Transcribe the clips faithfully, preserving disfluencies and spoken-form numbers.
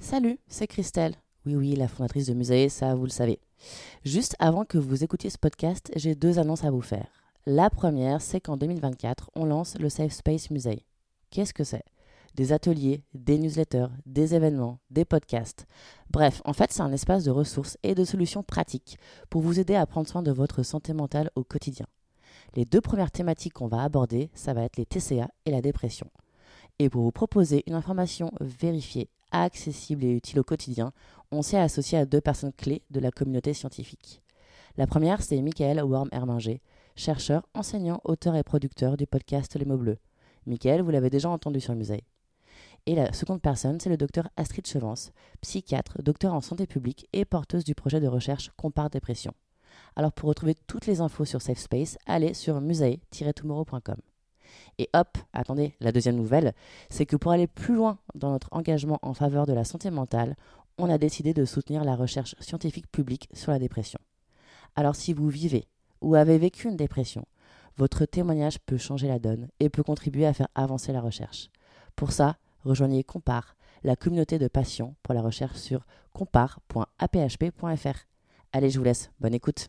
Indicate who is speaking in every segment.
Speaker 1: Salut, c'est Christelle. Oui, oui, la fondatrice de Musae, ça, vous le savez. Juste avant que vous écoutiez ce podcast, j'ai deux annonces à vous faire. La première, c'est qu'en deux mille vingt-quatre, on lance le Safe Space Musae. Qu'est-ce que c'est ? Des ateliers, des newsletters, des événements, des podcasts. Bref, en fait, c'est un espace de ressources et de solutions pratiques pour vous aider à prendre soin de votre santé mentale au quotidien. Les deux premières thématiques qu'on va aborder, ça va être les T C A et la dépression. Et pour vous proposer une information vérifiée, accessible et utile au quotidien, on s'est associé à deux personnes clés de la communauté scientifique. La première, c'est Michael Worm-Herminger, chercheur, enseignant, auteur et producteur du podcast Les mots bleus. Michael, vous l'avez déjà entendu sur Musae. Et la seconde personne, c'est le docteur Astrid Chevance, psychiatre, docteur en santé publique et porteuse du projet de recherche Compare Dépression. Alors pour retrouver toutes les infos sur Safe Space, allez sur musae tiret tomorrow point com. Et hop, attendez, la deuxième nouvelle, c'est que pour aller plus loin dans notre engagement en faveur de la santé mentale, on a décidé de soutenir la recherche scientifique publique sur la dépression. Alors si vous vivez ou avez vécu une dépression, votre témoignage peut changer la donne et peut contribuer à faire avancer la recherche. Pour ça, rejoignez Compare, la communauté de patients pour la recherche sur compare point a p h p point f r. Allez, je vous laisse, bonne écoute.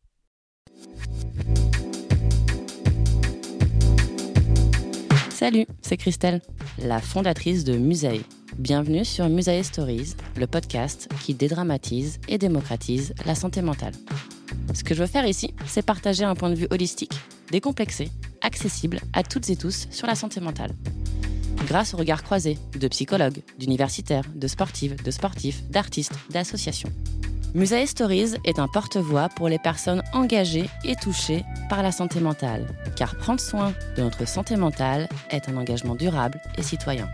Speaker 1: Salut, c'est Christelle, la fondatrice de Musae. Bienvenue sur Musae Stories, le podcast qui dédramatise et démocratise la santé mentale. Ce que je veux faire ici, c'est partager un point de vue holistique, décomplexé, accessible à toutes et tous sur la santé mentale. Grâce au regard croisé de psychologues, d'universitaires, de sportives, de sportifs, d'artistes, d'associations. Musae Stories est un porte-voix pour les personnes engagées et touchées par la santé mentale, car prendre soin de notre santé mentale est un engagement durable et citoyen.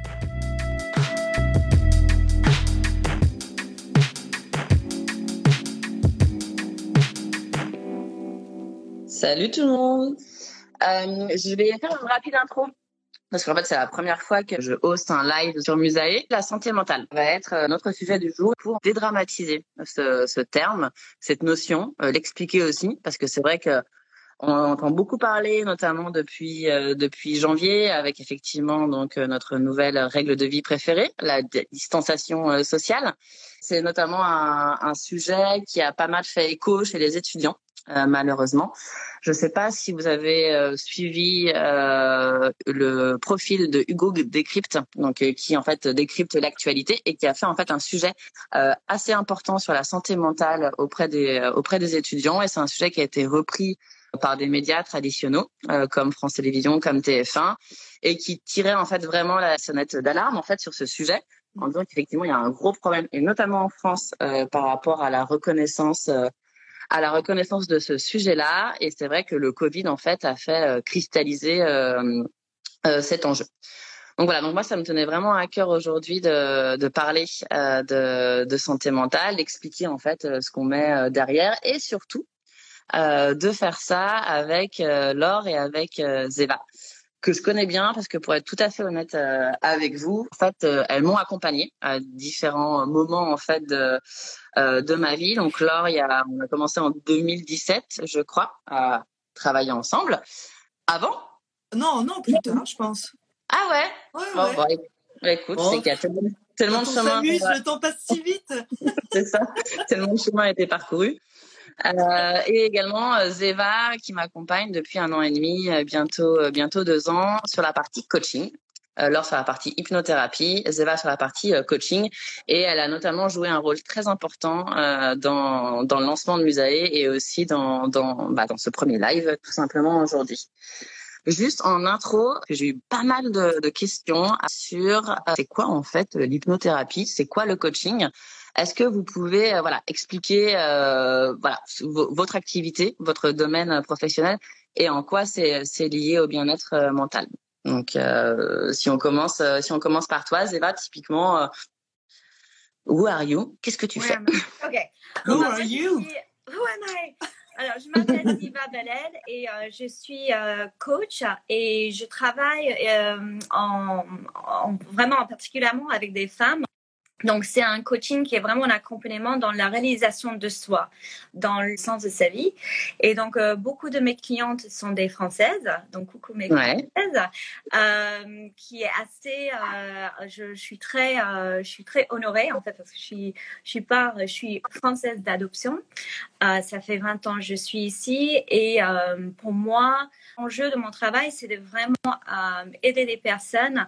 Speaker 2: Salut tout le monde. Euh, je vais faire une rapide intro. Parce qu'en fait, c'est la première fois que je hoste un live sur Musae. La santé mentale va être notre sujet du jour pour dédramatiser ce, ce terme, cette notion, euh, l'expliquer aussi, parce que c'est vrai que on entend beaucoup parler, notamment depuis euh, depuis janvier, avec effectivement donc euh, notre nouvelle règle de vie préférée, la d- distanciation euh, sociale. C'est notamment un, un sujet qui a pas mal fait écho chez les étudiants, euh, malheureusement. Je ne sais pas si vous avez euh, suivi euh, le profil de Hugo Décrypte, donc euh, qui en fait décrypte l'actualité et qui a fait en fait un sujet euh, assez important sur la santé mentale auprès des euh, auprès des étudiants. Et c'est un sujet qui a été repris par des médias traditionnels euh, comme France Télévisions, comme T F un, et qui tirait en fait vraiment la sonnette d'alarme en fait sur ce sujet, en disant qu'effectivement il y a un gros problème, et notamment en France euh, par rapport à la reconnaissance. Euh, à la reconnaissance de ce sujet-là, et c'est vrai que le Covid en fait a fait euh, cristalliser euh, euh, cet enjeu. Donc voilà, donc moi ça me tenait vraiment à cœur aujourd'hui de, de parler euh, de, de santé mentale, d'expliquer en fait euh, ce qu'on met euh, derrière, et surtout euh, de faire ça avec euh, Laure et avec euh, Zeva, que je connais bien parce que pour être tout à fait honnête euh, avec vous, en fait, euh, elles m'ont accompagnée à différents moments en fait de euh, de ma vie. Donc Laure, il y a, on a commencé en deux mille dix-sept, je crois, à travailler ensemble. Avant ?
Speaker 3: Non, non, plus tard, je pense.
Speaker 2: Ah ouais.
Speaker 3: Ouais,
Speaker 2: Bon,
Speaker 3: ouais.
Speaker 2: bon, écoute,
Speaker 3: Oh,
Speaker 2: c'est qu'il y a tellement, tellement
Speaker 3: quand
Speaker 2: de
Speaker 3: on
Speaker 2: chemin.
Speaker 3: s'amuse, le temps passe si vite.
Speaker 2: C'est ça, tellement de chemin a été parcouru. Euh, et également euh, Zeva qui m'accompagne depuis un an et demi, euh, bientôt euh, bientôt deux ans sur la partie coaching. Euh, Laure sur la partie hypnothérapie, Zeva sur la partie euh, coaching, et elle a notamment joué un rôle très important euh, dans dans le lancement de Musae et aussi dans dans bah, dans ce premier live tout simplement aujourd'hui. Juste en intro, j'ai eu pas mal de, de questions sur euh, c'est quoi en fait l'hypnothérapie, c'est quoi le coaching. Est-ce que vous pouvez euh, voilà expliquer euh, voilà v- votre activité, votre domaine professionnel et en quoi c'est c'est lié au bien-être euh, mental. Donc euh, si on commence euh, si on commence par toi, Zeva, typiquement, euh, who are you? Qu'est-ce que tu
Speaker 4: Who
Speaker 2: fais?
Speaker 4: am I? Ok.
Speaker 3: Who
Speaker 4: Bon,
Speaker 3: are
Speaker 4: moi, je
Speaker 3: you?
Speaker 4: suis- Who am I? Alors, je m'appelle Ziva Beled et euh, je suis euh, coach et je travaille euh, en, en- vraiment en particulièrement avec des femmes Donc, c'est un coaching qui est vraiment un accompagnement dans la réalisation de soi, dans le sens de sa vie. Et donc, euh, beaucoup de mes clientes sont des Françaises. Donc, coucou mes
Speaker 2: Ouais.
Speaker 4: Françaises, euh, qui est assez. Euh, je, je suis très, euh, je suis très honorée en fait parce que je suis, je suis pas, je suis française d'adoption. Euh, ça fait vingt ans que je suis ici et euh, pour moi, l'enjeu de mon travail, c'est de vraiment euh, aider les personnes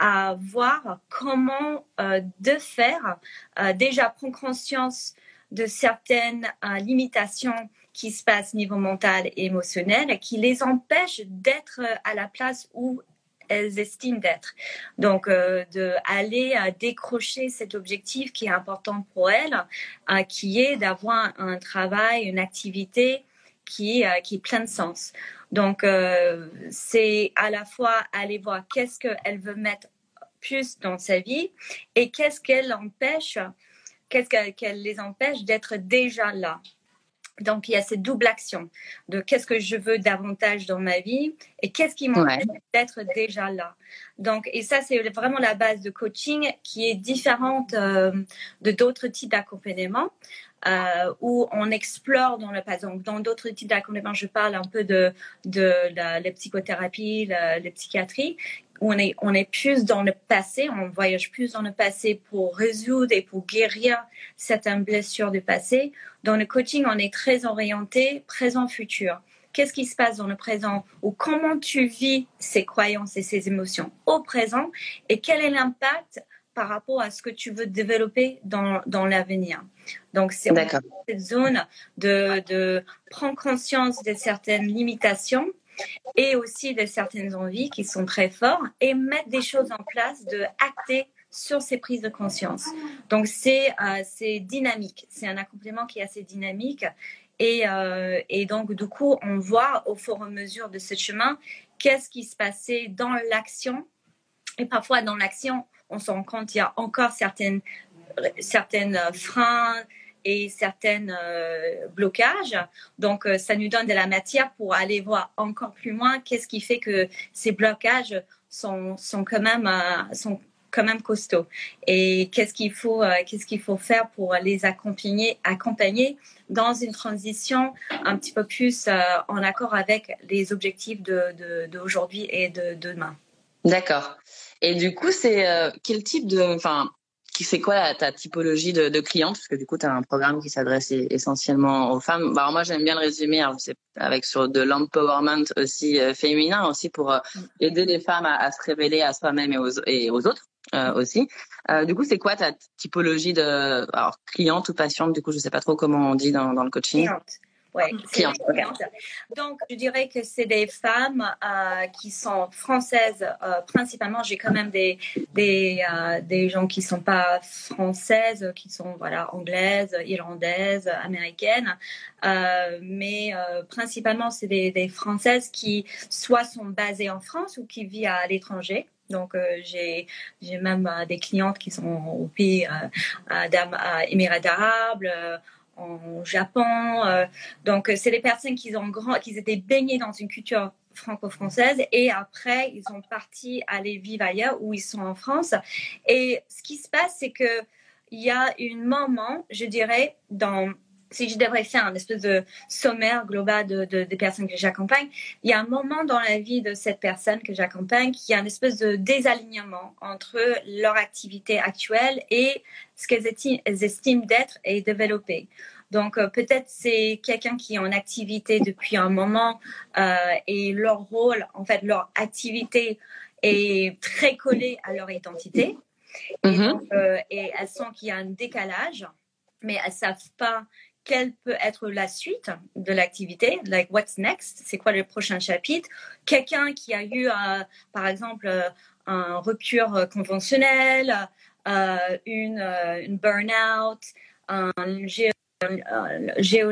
Speaker 4: à voir comment euh, de faire, euh, déjà prendre conscience de certaines euh, limitations qui se passent au niveau mental et émotionnel, qui les empêchent d'être à la place où elles estiment d'être. Donc, euh, d'aller euh, décrocher cet objectif qui est important pour elles, euh, qui est d'avoir un travail, une activité qui, euh, qui est plein de sens. Donc, euh, c'est à la fois aller voir qu'est-ce qu'elle veut mettre plus dans sa vie et qu'est-ce qu'elle empêche, qu'est-ce qu'elle les empêche d'être déjà là. Donc, il y a cette double action de qu'est-ce que je veux davantage dans ma vie et qu'est-ce qui m'empêche ouais. d'être déjà là. Donc, et ça, c'est vraiment la base de coaching qui est différente euh, de d'autres types d'accompagnement. Euh, où on explore dans le passé. Donc, dans d'autres types d'accompagnement, je parle un peu de, de la, la psychothérapie, la, la psychiatrie, où on est, on est plus dans le passé, on voyage plus dans le passé pour résoudre et pour guérir certaines blessures du passé. Dans le coaching, on est très orienté présent-futur. Qu'est-ce qui se passe dans le présent ou comment tu vis ces croyances et ces émotions au présent et quel est l'impact par rapport à ce que tu veux développer dans, dans l'avenir. Donc, c'est cette zone de, de prendre conscience de certaines limitations et aussi de certaines envies qui sont très fortes et mettre des choses en place, de acter sur ces prises de conscience. Donc, c'est, euh, c'est dynamique. C'est un accompagnement qui est assez dynamique. Et, euh, et donc, du coup, on voit au fur et à mesure de ce chemin qu'est-ce qui se passait dans l'action. Et parfois, dans l'action, on se rend compte qu'il y a encore certaines, certaines freins et certains euh, blocages. Donc, euh, ça nous donne de la matière pour aller voir encore plus loin qu'est-ce qui fait que ces blocages sont, sont, quand, même, euh, sont quand même costauds. Et qu'est-ce qu'il faut, euh, qu'est-ce qu'il faut faire pour les accompagner, accompagner dans une transition un petit peu plus euh, en accord avec les objectifs de, de, d'aujourd'hui et de, de demain.
Speaker 2: D'accord. Et du coup, c'est euh, quel type de, enfin, c'est quoi la, ta typologie de, de cliente? Parce que du coup, tu as un programme qui s'adresse essentiellement aux femmes. Bah, alors moi, j'aime bien le résumer, alors, c'est avec sur de l'empowerment aussi euh, féminin aussi pour euh, aider les femmes à, à se révéler à soi-même et aux, et aux autres euh, aussi. Euh, du coup, c'est quoi ta typologie de, alors cliente ou patiente? Du coup, je sais pas trop comment on dit dans, dans le coaching.
Speaker 4: Cliente. Ouais, cliente. Donc, je dirais que c'est des femmes euh, qui sont françaises euh, principalement. J'ai quand même des des euh, des gens qui sont pas françaises, qui sont voilà anglaises, irlandaises, américaines, euh, mais euh, principalement c'est des, des françaises qui soit sont basées en France ou qui vivent à l'étranger. Donc, euh, j'ai, j'ai même euh, des clientes qui sont au pays euh, d'Émirats arabes, euh, en Japon. Euh, donc, c'est les personnes qui ont grand, qui étaient baignées dans une culture franco-française et après, ils sont partis aller vivre ailleurs où ils sont en France. Et ce qui se passe, c'est que il y a un moment, je dirais, dans si je devrais faire un espèce de sommaire global de, de, des personnes que j'accompagne, il y a un moment dans la vie de cette personne que j'accompagne qui a une espèce de désalignement entre leur activité actuelle et ce qu'elles estiment, elles estiment d'être et développer. Donc, euh, peut-être c'est quelqu'un qui est en activité depuis un moment euh, et leur rôle, en fait, leur activité est très collée à leur identité. Mm-hmm. Et, donc, euh, et elles sentent qu'il y a un décalage, mais elles ne savent pas quelle peut être la suite de l'activité, like what's next, c'est quoi le prochain chapitre. Quelqu'un qui a eu, euh, par exemple, euh, un rupture conventionnelle, euh, une, euh, une burn-out, un géo... Un, géo,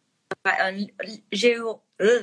Speaker 4: un, géo euh,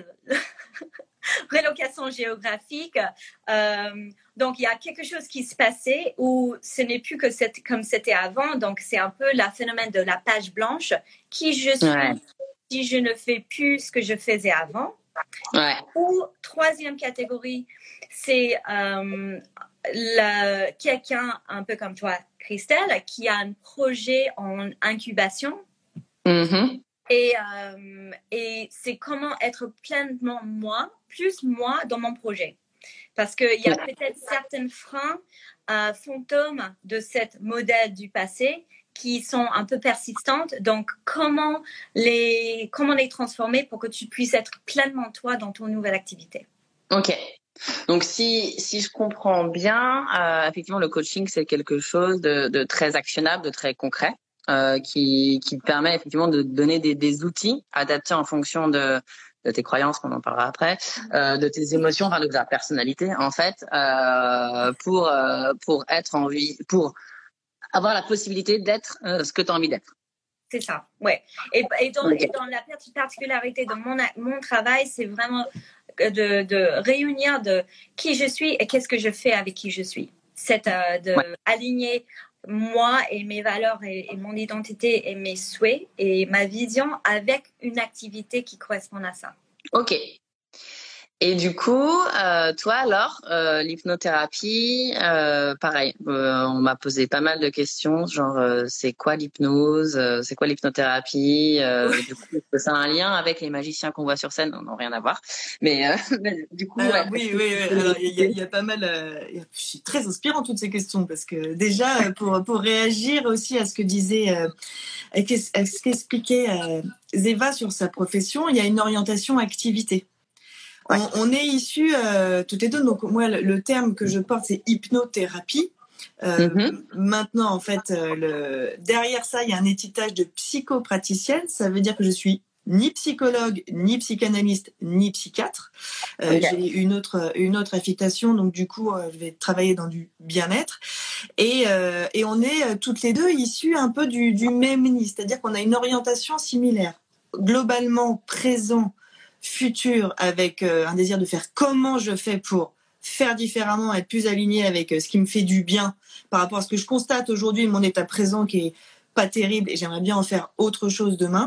Speaker 4: relocation géographique. Euh, donc, il y a quelque chose qui se passait où ce n'est plus que c'était, comme c'était avant. Donc, c'est un peu le phénomène de la page blanche. Qui je suis ouais. si je ne fais plus ce que je faisais avant.
Speaker 2: Ouais.
Speaker 4: Ou, troisième catégorie, c'est euh, le, quelqu'un un peu comme toi, Christelle, qui a un projet en incubation.
Speaker 2: Mm-hmm.
Speaker 4: Et, euh, et c'est comment être pleinement moi, plus moi dans mon projet. Parce qu'il y a peut-être certains freins, euh, fantômes de ce modèle du passé qui sont un peu persistantes. Donc, comment les, comment les transformer pour que tu puisses être pleinement toi dans ton nouvelle activité.
Speaker 2: Ok. Donc, si, si je comprends bien, euh, effectivement, le coaching, c'est quelque chose de, de très actionnable, de très concret. Euh, qui, qui te permet effectivement de donner des, des outils adaptés en fonction de, de tes croyances, qu'on en parlera après, euh, de tes émotions, enfin de ta personnalité en fait, euh, pour euh, pour être en vie, pour avoir la possibilité d'être euh, ce que tu as envie d'être.
Speaker 4: C'est ça, ouais. Et, et, dans, okay. et dans la particularité de mon mon travail, c'est vraiment de, de réunir de qui je suis et qu'est-ce que je fais avec qui je suis. C'est euh, de ouais. aligner moi et mes valeurs et, et mon identité et mes souhaits et ma vision avec une activité qui correspond à ça.
Speaker 2: Ok. Et du coup, euh, toi alors, euh, l'hypnothérapie, euh, pareil, euh, on m'a posé pas mal de questions, genre euh, c'est quoi l'hypnose, euh, c'est quoi l'hypnothérapie, euh, oui. Du coup, est-ce que ça a un lien avec les magiciens qu'on voit sur scène? Non, non, rien à voir. Mais, euh, mais du coup,
Speaker 3: alors,
Speaker 2: ouais,
Speaker 3: oui, oui, oui. Alors il y, y, y a pas mal. Euh, je suis très inspirant toutes ces questions parce que déjà pour pour réagir aussi à ce que disait, euh, à ce qu'expliquait euh, Zeva sur sa profession, il y a une orientation activité. Ouais. On, on est issus euh, toutes les deux. Donc moi, le, le terme que je porte, c'est hypnothérapie. Euh, mm-hmm. Maintenant, en fait, euh, le, derrière ça, il y a un étiquetage de psychopraticienne. Ça veut dire que je suis ni psychologue, ni psychanalyste, ni psychiatre. Euh, okay. J'ai une autre une autre affectation, donc du coup, euh, je vais travailler dans du bien-être. Et euh, et on est euh, toutes les deux issues un peu du du même nid, c'est-à-dire qu'on a une orientation similaire, globalement présent. Futur avec euh, un désir de faire comment je fais pour faire différemment, être plus aligné avec euh, ce qui me fait du bien par rapport à ce que je constate aujourd'hui, mon état présent qui est pas terrible et j'aimerais bien en faire autre chose demain.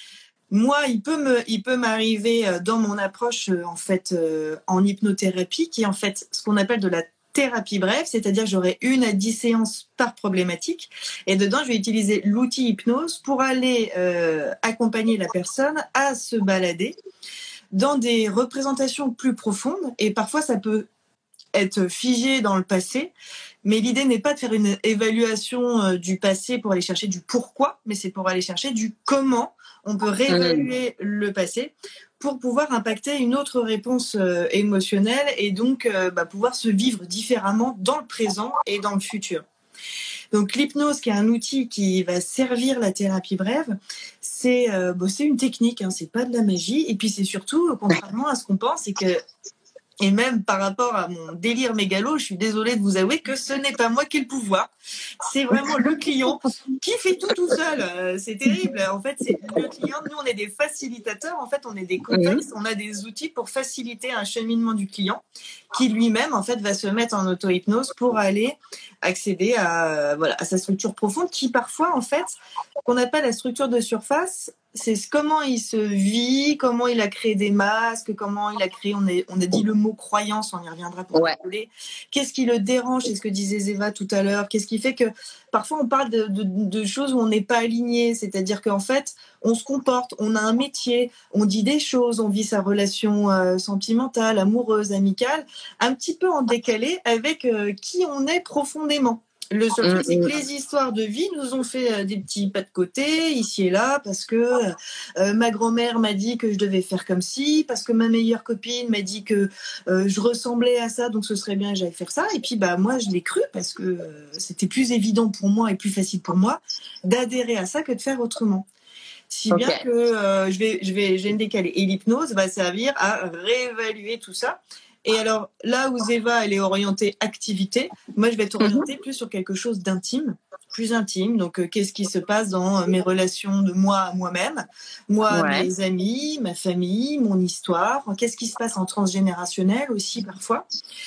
Speaker 3: Moi, il peut me, il peut m'arriver euh, dans mon approche euh, en fait euh, en hypnothérapie qui est en fait ce qu'on appelle de la thérapie brève, c'est-à-dire j'aurai une à dix séances par problématique et dedans je vais utiliser l'outil hypnose pour aller euh, accompagner la personne à se balader dans des représentations plus profondes et parfois ça peut être figé dans le passé, mais l'idée n'est pas de faire une évaluation euh, du passé pour aller chercher du pourquoi, mais c'est pour aller chercher du comment on peut réévaluer mmh. le passé pour pouvoir impacter une autre réponse euh, émotionnelle et donc euh, bah, pouvoir se vivre différemment dans le présent et dans le futur. Donc l'hypnose, qui est un outil qui va servir la thérapie brève, c'est, euh, bon, c'est une technique, hein, c'est pas de la magie. Et puis c'est surtout, contrairement à ce qu'on pense, c'est que, et même par rapport à mon délire mégalo, je suis désolée de vous avouer que ce n'est pas moi qui ai le pouvoir. C'est vraiment le client qui fait tout tout seul. Euh, c'est terrible. En fait, c'est le client. Nous, on est des facilitateurs. En fait, on est des contextes. On a des outils pour faciliter un cheminement du client qui lui-même, en fait, va se mettre en auto-hypnose pour aller accéder à, voilà, à sa structure profonde qui, parfois, en fait, qu'on appelle la structure de surface, c'est comment il se vit, comment il a créé des masques, comment il a créé, on a, on a dit le mot croyance, on y reviendra pour
Speaker 2: ouais.
Speaker 3: rigoler. Qu'est-ce qui le dérange, c'est ce que disait Zeva tout à l'heure, qu'est-ce qui fait que parfois on parle de, de, de choses où on n'est pas aligné, c'est-à-dire qu'en fait, on se comporte, on a un métier, on dit des choses, on vit sa relation euh, sentimentale, amoureuse, amicale, un petit peu en décalé avec euh, qui on est profondément. Le seul truc, c'est que les histoires de vie nous ont fait euh, des petits pas de côté, ici et là, parce que euh, ma grand-mère m'a dit que je devais faire comme ci, parce que ma meilleure copine m'a dit que euh, je ressemblais à ça, donc ce serait bien que j'aille faire ça. Et puis, bah, moi, je l'ai cru, parce que euh, c'était plus évident pour moi et plus facile pour moi d'adhérer à ça que de faire autrement. Si bien okay. que euh, je vais, je vais, je vais me décaler. Et l'hypnose va servir à réévaluer tout ça. Et alors, là où Zeva, elle est orientée activité, moi, je vais être orientée plus sur quelque chose d'intime, plus intime. Donc, euh, qu'est-ce qui se passe dans euh, mes relations de moi à moi-même, moi, ouais. mes amis, ma famille, mon histoire. Qu'est-ce qui se passe en transgénérationnel aussi, parfois.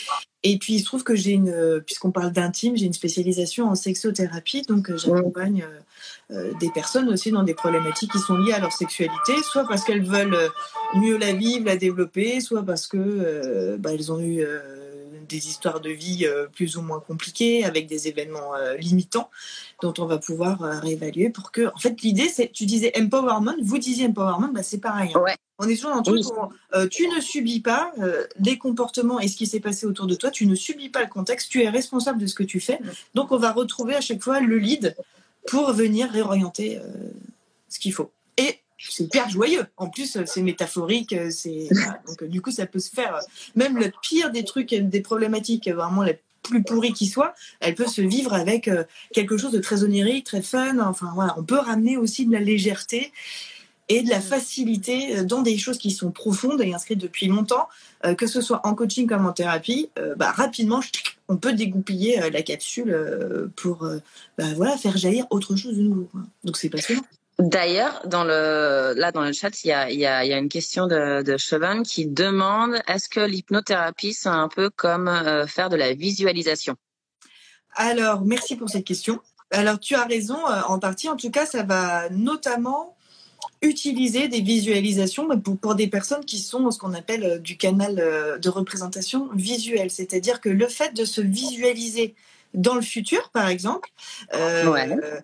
Speaker 3: Et puis, il se trouve que j'ai une, puisqu'on parle d'intime, j'ai une spécialisation en sexothérapie. Donc, euh, j'accompagne euh, euh, des personnes aussi dans des problématiques qui sont liées à leur sexualité, soit parce qu'elles veulent mieux la vivre, la développer, soit parce que euh, bah, elles ont eu euh, des histoires de vie euh, plus ou moins compliquées, avec des événements euh, limitants, dont on va pouvoir euh, réévaluer pour que... En fait, l'idée, c'est, tu disais empowerment, vous disiez empowerment, bah, c'est pareil. Hein.
Speaker 2: Ouais.
Speaker 3: On est toujours dans le truc
Speaker 2: Oui.
Speaker 3: où euh, tu ne subis pas euh, les comportements et ce qui s'est passé autour de toi, tu ne subis pas le contexte, tu es responsable de ce que tu fais. Donc, on va retrouver à chaque fois le lead pour venir réorienter euh, ce qu'il faut. Et c'est hyper joyeux. En plus, c'est métaphorique. C'est... Voilà. Donc, du coup, ça peut se faire. Même le pire des trucs, des problématiques, vraiment les plus pourries qui soient, elle peut se vivre avec quelque chose de très onirique, très fun. Enfin, voilà. On peut ramener aussi de la légèreté et de la facilité dans des choses qui sont profondes et inscrites depuis longtemps, euh, que ce soit en coaching comme en thérapie. Euh, bah, rapidement, on peut dégoupiller euh, la capsule euh, pour euh, bah, voilà, faire jaillir autre chose de nouveau. Quoi. Donc, c'est passionnant.
Speaker 2: D'ailleurs, dans le là dans le chat, il y a il y a il y a une question de de Siobhan qui demande est-ce que l'hypnothérapie c'est un peu comme euh, faire de la visualisation?
Speaker 3: Alors, merci pour cette question. Alors, tu as raison euh, en partie. En tout cas, ça va notamment utiliser des visualisations pour, pour des personnes qui sont ce qu'on appelle euh, du canal euh, de représentation visuelle. C'est-à-dire que le fait de se visualiser dans le futur, par exemple, euh,
Speaker 2: Ouais.
Speaker 3: euh,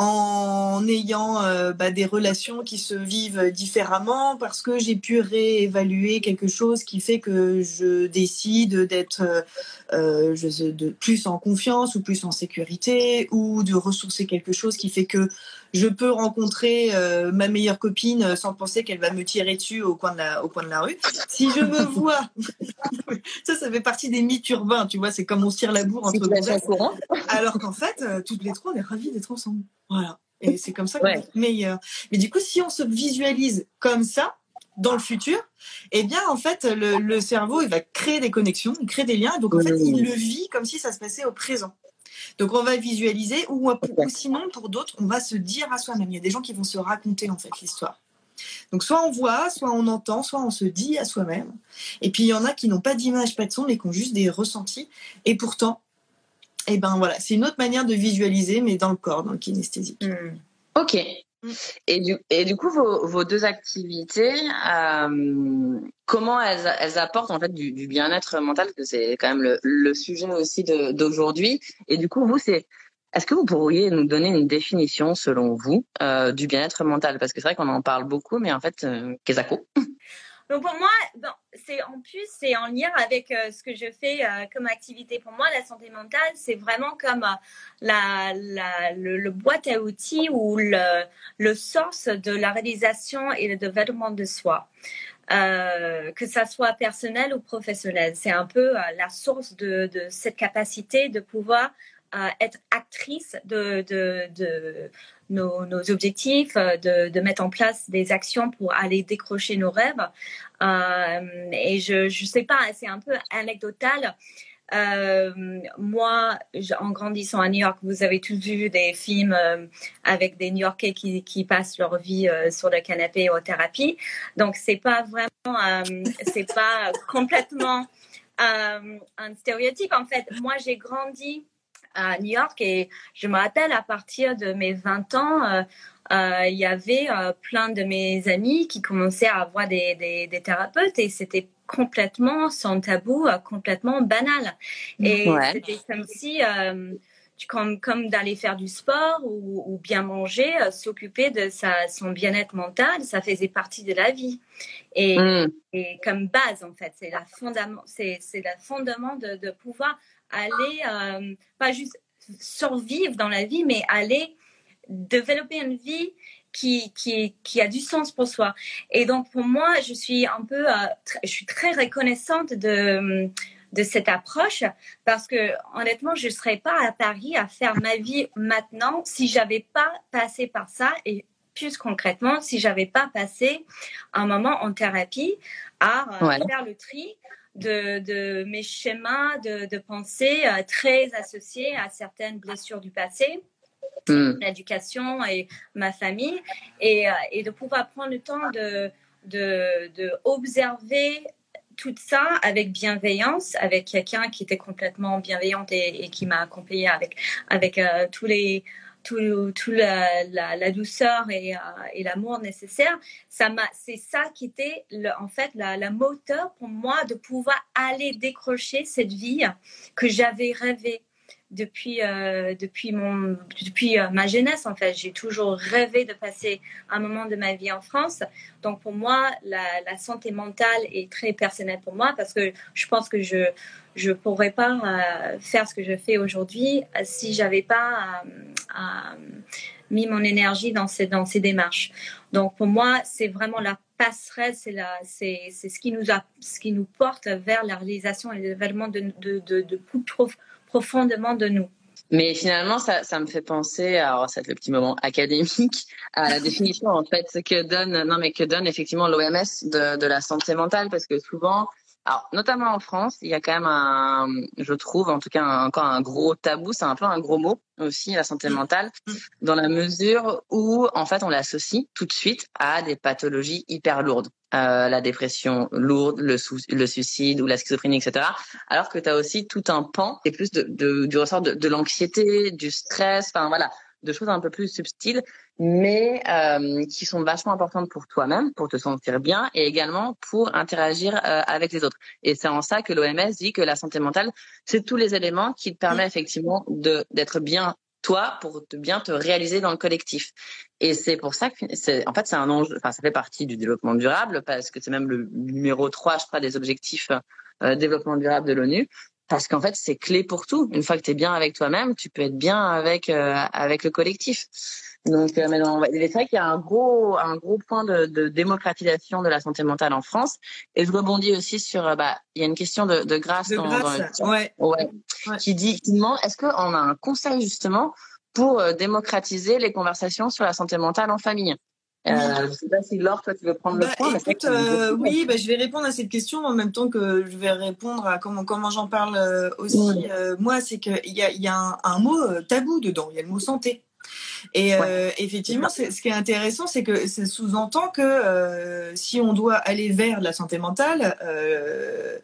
Speaker 3: en ayant euh, bah, des relations qui se vivent différemment parce que j'ai pu réévaluer quelque chose qui fait que je décide d'être euh, je sais, de plus en confiance ou plus en sécurité, ou de ressourcer quelque chose qui fait que je peux rencontrer euh, ma meilleure copine sans penser qu'elle va me tirer dessus au coin de la, au coin de la rue. Si je me vois, ça, ça fait partie des mythes urbains, tu vois, c'est comme on se tire la bourre entre gonzesses. Alors qu'en fait, euh, toutes les trois, on est ravis d'être ensemble. Voilà. Et c'est comme ça qu'on
Speaker 2: Ouais.
Speaker 3: va être meilleur. Mais du coup, si on se visualise comme ça, dans le futur, eh bien, en fait, le, le cerveau, il va créer des connexions, il crée des liens. Donc, en fait, il le vit comme si ça se passait au présent. Donc, on va visualiser, ou, ou sinon, pour d'autres, on va se dire à soi-même. Il y a des gens qui vont se raconter, en fait, l'histoire. Donc, soit on voit, soit on entend, soit on se dit à soi-même. Et puis, il y en a qui n'ont pas d'image, pas de son, mais qui ont juste des ressentis. Et pourtant, eh ben voilà, c'est une autre manière de visualiser, mais dans le corps, dans le kinesthésique.
Speaker 2: Mmh. Ok. Mmh. Et du, et du coup, vos, vos deux activités, euh, comment elles, elles apportent en fait du, du bien-être mental, parce que c'est quand même le, le sujet aussi de, d'aujourd'hui. Et du coup, vous, c'est, est-ce que vous pourriez nous donner une définition, selon vous, euh, du bien-être mental? Parce que c'est vrai qu'on en parle beaucoup, mais en fait, euh, qu'est-ce que
Speaker 4: Donc pour moi, bon, c'est en plus c'est en lien avec euh, ce que je fais euh, comme activité. Pour moi, la santé mentale, c'est vraiment comme euh, la, la le, le boîte à outils ou le le source de la réalisation et le développement de soi. Euh, que ça soit personnel ou professionnel, c'est un peu euh, la source de de cette capacité de pouvoir euh, être actrice de de de Nos, nos objectifs, de, de mettre en place des actions pour aller décrocher nos rêves. Euh, et je je sais pas, c'est un peu anecdotal. Euh, moi, en grandissant à New York, vous avez tous vu des films euh, avec des New-Yorkais qui, qui passent leur vie euh, sur le canapé en thérapie. Donc, c'est pas vraiment, euh, c'est pas complètement euh, un stéréotype. En fait, moi, j'ai grandi à New York et je me rappelle à partir de mes vingt ans, euh, euh, il y avait euh, plein de mes amis qui commençaient à avoir des, des, des thérapeutes et c'était complètement sans tabou, euh, complètement banal. Et ouais. C'était comme si, euh, tu, comme, comme d'aller faire du sport ou, ou bien manger, euh, s'occuper de sa, son bien-être mental, ça faisait partie de la vie. Et, mm. et comme base, en fait, c'est la fondament, c'est, c'est le fondement de, de pouvoir aller, euh, pas juste survivre dans la vie, mais aller développer une vie qui, qui, qui a du sens pour soi. Et donc, pour moi, je suis un peu, euh, tr- je suis très reconnaissante de, de cette approche parce que, honnêtement, je ne serais pas à Paris à faire ma vie maintenant si je n'avais pas passé par ça et plus concrètement, si je n'avais pas passé un moment en thérapie à euh, ouais. faire le tri de, de mes schémas de, de pensée euh, très associés à certaines blessures du passé, mm. l'éducation et ma famille, et, euh, et de pouvoir prendre le temps de, de, de observer tout ça avec bienveillance, avec quelqu'un qui était complètement bienveillante et, et qui m'a accompagnée avec, avec euh, tous les tout, tout la, la, la douceur et, euh, et l'amour nécessaire. Ça m'a, c'est ça qui était le, en fait la, la moteur pour moi de pouvoir aller décrocher cette vie que j'avais rêvée depuis, euh, depuis, mon, depuis euh, ma jeunesse. En fait, j'ai toujours rêvé de passer un moment de ma vie en France. Donc pour moi, la, la santé mentale est très personnelle pour moi parce que je pense que je je pourrais pas euh, faire ce que je fais aujourd'hui euh, si j'avais pas euh, euh, mis mon énergie dans ces dans ces démarches. Donc pour moi, c'est vraiment la passerelle, c'est la c'est c'est ce qui nous a ce qui nous porte vers la réalisation et le développement de de de, de plus prof, profondément de nous.
Speaker 2: Mais finalement, ça, ça me fait penser, alors ça va être le petit moment académique, à la définition en fait que donne, non mais que donne effectivement l'O M S de, de la santé mentale, parce que souvent, alors notamment en France, il y a quand même un, je trouve en tout cas un, encore un gros tabou, c'est un peu un gros mot aussi la santé mentale, dans la mesure où en fait on l'associe tout de suite à des pathologies hyper lourdes. Euh, la dépression lourde, le, sou- le suicide ou la schizophrénie, et cetera. Alors que tu as aussi tout un pan qui est plus de, de, du ressort de, de l'anxiété, du stress, enfin voilà, de choses un peu plus subtiles, mais euh, qui sont vachement importantes pour toi-même, pour te sentir bien et également pour interagir euh, avec les autres. Et c'est en ça que l'O M S dit que la santé mentale, c'est tous les éléments qui te permettent effectivement de d'être bien toi pour te bien te réaliser dans le collectif. Et c'est pour ça que c'est, en fait, c'est un enjeu, enfin, ça fait partie du développement durable parce que c'est même le numéro trois, je crois, des objectifs euh, développement durable de l'ONU. Parce qu'en fait, c'est clé pour tout. Une fois que tu es bien avec toi-même, tu peux être bien avec euh, avec le collectif. Donc, euh, mais non, c'est vrai qu'il y a un gros un gros point de, de démocratisation de la santé mentale en France. Et je rebondis aussi sur, bah, il y a une question de, de Grâce
Speaker 3: de
Speaker 2: dans,
Speaker 3: grâce,
Speaker 2: dans le chat,
Speaker 3: ouais.
Speaker 2: ouais,
Speaker 3: ouais.
Speaker 2: qui dit, qui demande, est-ce qu'on a un conseil justement pour euh, démocratiser les conversations sur la santé mentale en famille? Euh, je ne sais pas si Laure, toi, tu veux prendre
Speaker 3: bah,
Speaker 2: le point.
Speaker 3: Écoute, euh, oui, bah, je vais répondre à cette question en même temps que je vais répondre à comment, comment j'en parle euh, aussi. Oui. Euh, moi, c'est qu'il y a, y a un, un mot tabou dedans, il y a le mot santé. Et euh, ouais. effectivement, c'est, ce qui est intéressant, c'est que ça sous-entend que euh, si on doit aller vers la santé mentale, euh,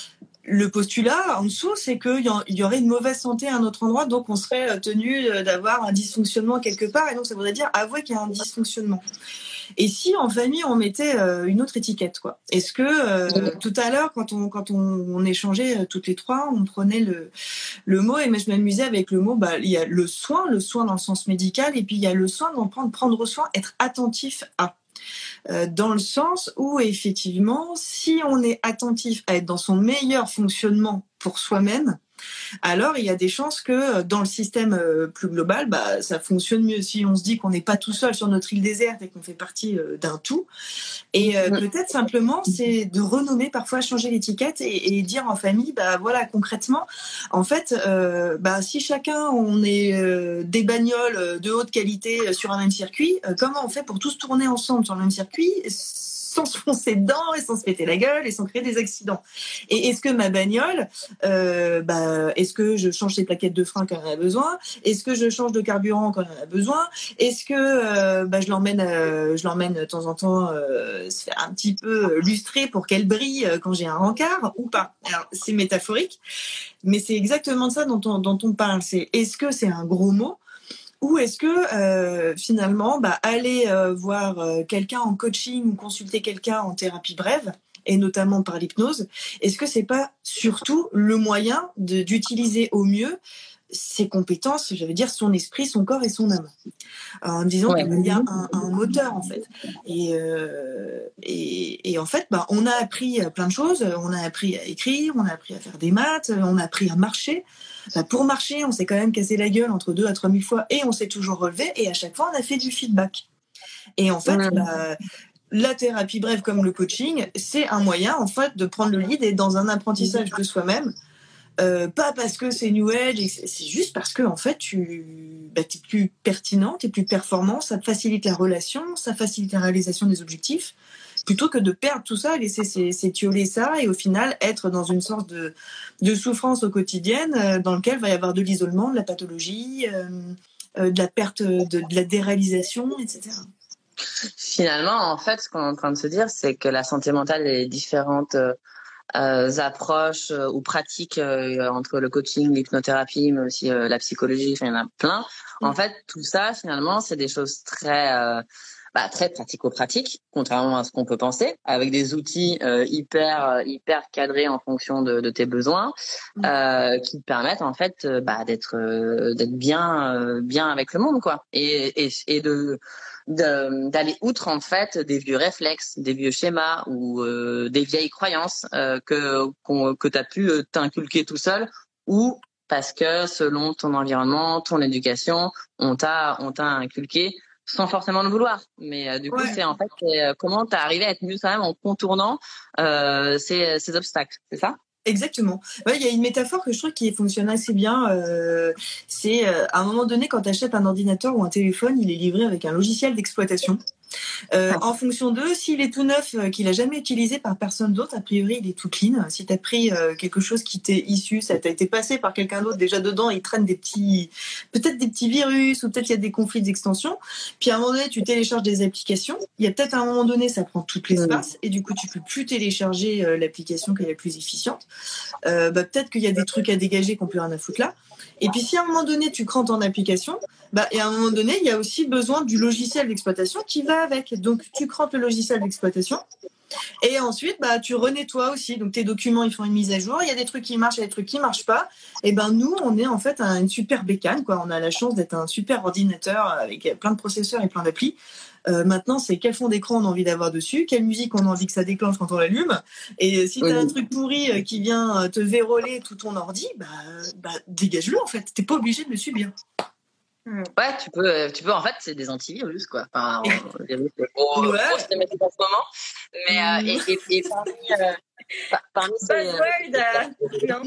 Speaker 3: le postulat en dessous, c'est qu'il y, y aurait une mauvaise santé à un autre endroit, donc on serait tenu d'avoir un dysfonctionnement quelque part, et donc ça voudrait dire avouer qu'il y a un dysfonctionnement. Et si en famille on mettait euh, une autre étiquette, quoi? Est-ce que euh, tout à l'heure, quand on quand on, on échangeait euh, toutes les trois, on prenait le le mot, et mais je m'amusais avec le mot. Bah, il y a le soin, le soin dans le sens médical, et puis il y a le soin d'en prendre prendre soin, être attentif à. Euh, dans le sens où effectivement, si on est attentif à être dans son meilleur fonctionnement pour soi-même, alors il y a des chances que dans le système euh, plus global, bah, ça fonctionne mieux. Si on se dit qu'on n'est pas tout seul sur notre île déserte et qu'on fait partie euh, d'un tout, et euh, peut-être simplement c'est de renommer, parfois changer l'étiquette et, et dire en famille, bah voilà, concrètement, en fait, euh, bah si chacun on est euh, des bagnoles de haute qualité sur un même circuit, euh, comment on fait pour tous tourner ensemble sur le même circuit sans se foncer dedans et sans se péter la gueule et sans créer des accidents? Et est-ce que ma bagnole, euh, bah, est-ce que je change ses plaquettes de frein quand elle en a besoin? Est-ce que je change de carburant quand elle en a besoin? Est-ce que euh, bah, je l'emmène, euh, je l'emmène de temps en temps euh, se faire un petit peu lustrer pour qu'elle brille quand j'ai un rencard ou pas? Alors c'est métaphorique, mais c'est exactement de ça dont on, dont on parle. C'est est-ce que c'est un gros mot? Ou est-ce que euh, finalement, bah, aller euh, voir euh, quelqu'un en coaching ou consulter quelqu'un en thérapie brève, et notamment par l'hypnose, est-ce que c'est pas surtout le moyen de, d'utiliser au mieux ses compétences, je veux dire son esprit, son corps et son âme, en disant ouais. qu'il y a un, un moteur en fait. Et, euh, et, et en fait, bah, on a appris plein de choses. On a appris à écrire, on a appris à faire des maths, on a appris à marcher. Bah, pour marcher, on s'est quand même cassé la gueule entre deux à trois mille fois et on s'est toujours relevé. Et à chaque fois, on a fait du feedback. Et en fait, mmh. bah, la thérapie brève comme le coaching, c'est un moyen en fait de prendre le lead et dans un apprentissage de soi-même. Euh, pas parce que c'est New Age, c'est juste parce que en fait tu bah, es plus pertinent, tu es plus performant, ça te facilite la relation, ça facilite la réalisation des objectifs, plutôt que de perdre tout ça, laisser s'étioler ça et au final être dans une sorte de, de souffrance au quotidien euh, dans lequel va y avoir de l'isolement, de la pathologie, euh, euh, de la perte, de, de la déréalisation, et cetera.
Speaker 2: Finalement, en fait, ce qu'on est en train de se dire, c'est que la santé mentale est différente. Euh, euh, approches euh, ou pratiques euh, entre le coaching, l'hypnothérapie, mais aussi euh, la psychologie, enfin, il y en a plein. Mmh. En fait, tout ça, finalement, c'est des choses très... Euh, Bah, très pratico-pratique, contrairement à ce qu'on peut penser, avec des outils euh, hyper hyper cadrés en fonction de, de tes besoins, euh, qui te permettent en fait euh, bah, d'être euh, d'être bien euh, bien avec le monde, quoi, et et, et de, de d'aller outre en fait des vieux réflexes, des vieux schémas ou euh, des vieilles croyances euh, que qu'on, que t'as pu t'inculquer tout seul, ou parce que selon ton environnement, ton éducation, on t'a on t'a inculqué sans forcément le vouloir. Mais euh, du coup, ouais. c'est en fait c'est, euh, comment t'as arrivé à être mieux quand même en contournant euh, ces, ces obstacles, c'est ça?
Speaker 3: Exactement. Ouais, il y a une métaphore que je trouve qui fonctionne assez bien. Euh, c'est euh, à un moment donné, quand tu achètes un ordinateur ou un téléphone, il est livré avec un logiciel d'exploitation. Euh, en fonction d'eux, s'il est tout neuf, euh, qu'il a jamais utilisé par personne d'autre, a priori il est tout clean. Si tu as pris euh, quelque chose qui t'est issu, ça t'a été passé par quelqu'un d'autre déjà dedans, il traîne des petits, peut-être des petits virus, ou peut-être il y a des conflits d'extension. Puis à un moment donné, tu télécharges des applications. Il y a peut-être à un moment donné, ça prend tout l'espace et du coup tu peux plus télécharger euh, l'application qui est la plus efficiente. Euh, bah, peut-être qu'il y a des trucs à dégager qu'on peut rien à foutre là. Et puis si à un moment donné tu crantes en application, bah, et à un moment donné il y a aussi besoin du logiciel d'exploitation qui va avec. Donc tu crantes le logiciel d'exploitation et ensuite bah tu renettoies aussi. Donc tes documents ils font une mise à jour. Il y a des trucs qui marchent, il y a des trucs qui marchent pas. Et ben nous on est en fait un, une super bécane, quoi. On a la chance d'être un super ordinateur avec plein de processeurs et plein d'applis. Euh, maintenant, c'est quel fond d'écran on a envie d'avoir dessus, quelle musique on a envie que ça déclenche quand on l'allume. Et si t'as oui. un truc pourri euh, qui vient te verrouiller tout ton ordi, bah, bah dégage-le en fait. T'es pas obligé de le subir.
Speaker 2: Ouais, tu peux, tu peux. En fait, c'est des antivirus, quoi. Enfin, on, virus, on, ouais. on se les met en ce moment. Mais euh, et, et, et parmi, euh, parmi ces, euh, non.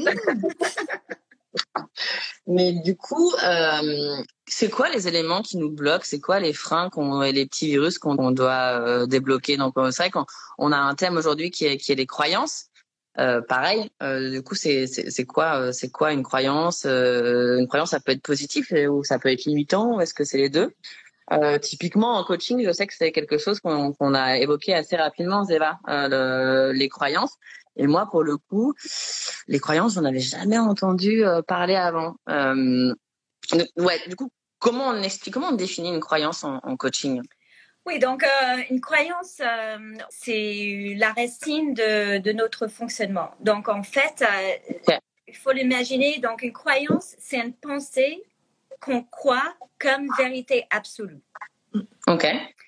Speaker 2: Mais du coup, euh, c'est quoi les éléments qui nous bloquent? C'est quoi les freins qu'on, et les petits virus qu'on, qu'on doit euh, débloquer? Donc, c'est vrai qu'on on a un thème aujourd'hui qui est, qui est les croyances. Euh, pareil. Euh, du coup, c'est, c'est, c'est quoi, c'est quoi une croyance? euh, Une croyance, ça peut être positif ou ça peut être limitant. Ou est-ce que c'est les deux? Euh, typiquement en coaching, je sais que c'est quelque chose qu'on, qu'on a évoqué assez rapidement, Zéva, euh, le, les croyances. Et moi, pour le coup, les croyances, j'en avais jamais entendu euh, parler avant. Euh, ouais, du coup, comment on explique, comment on définit une croyance en, en coaching?
Speaker 4: Oui, donc euh, une croyance, euh, c'est la racine de, de notre fonctionnement. Donc en fait, euh, okay. il faut l'imaginer. Donc une croyance, c'est une pensée qu'on croit comme vérité absolue.
Speaker 2: Ok.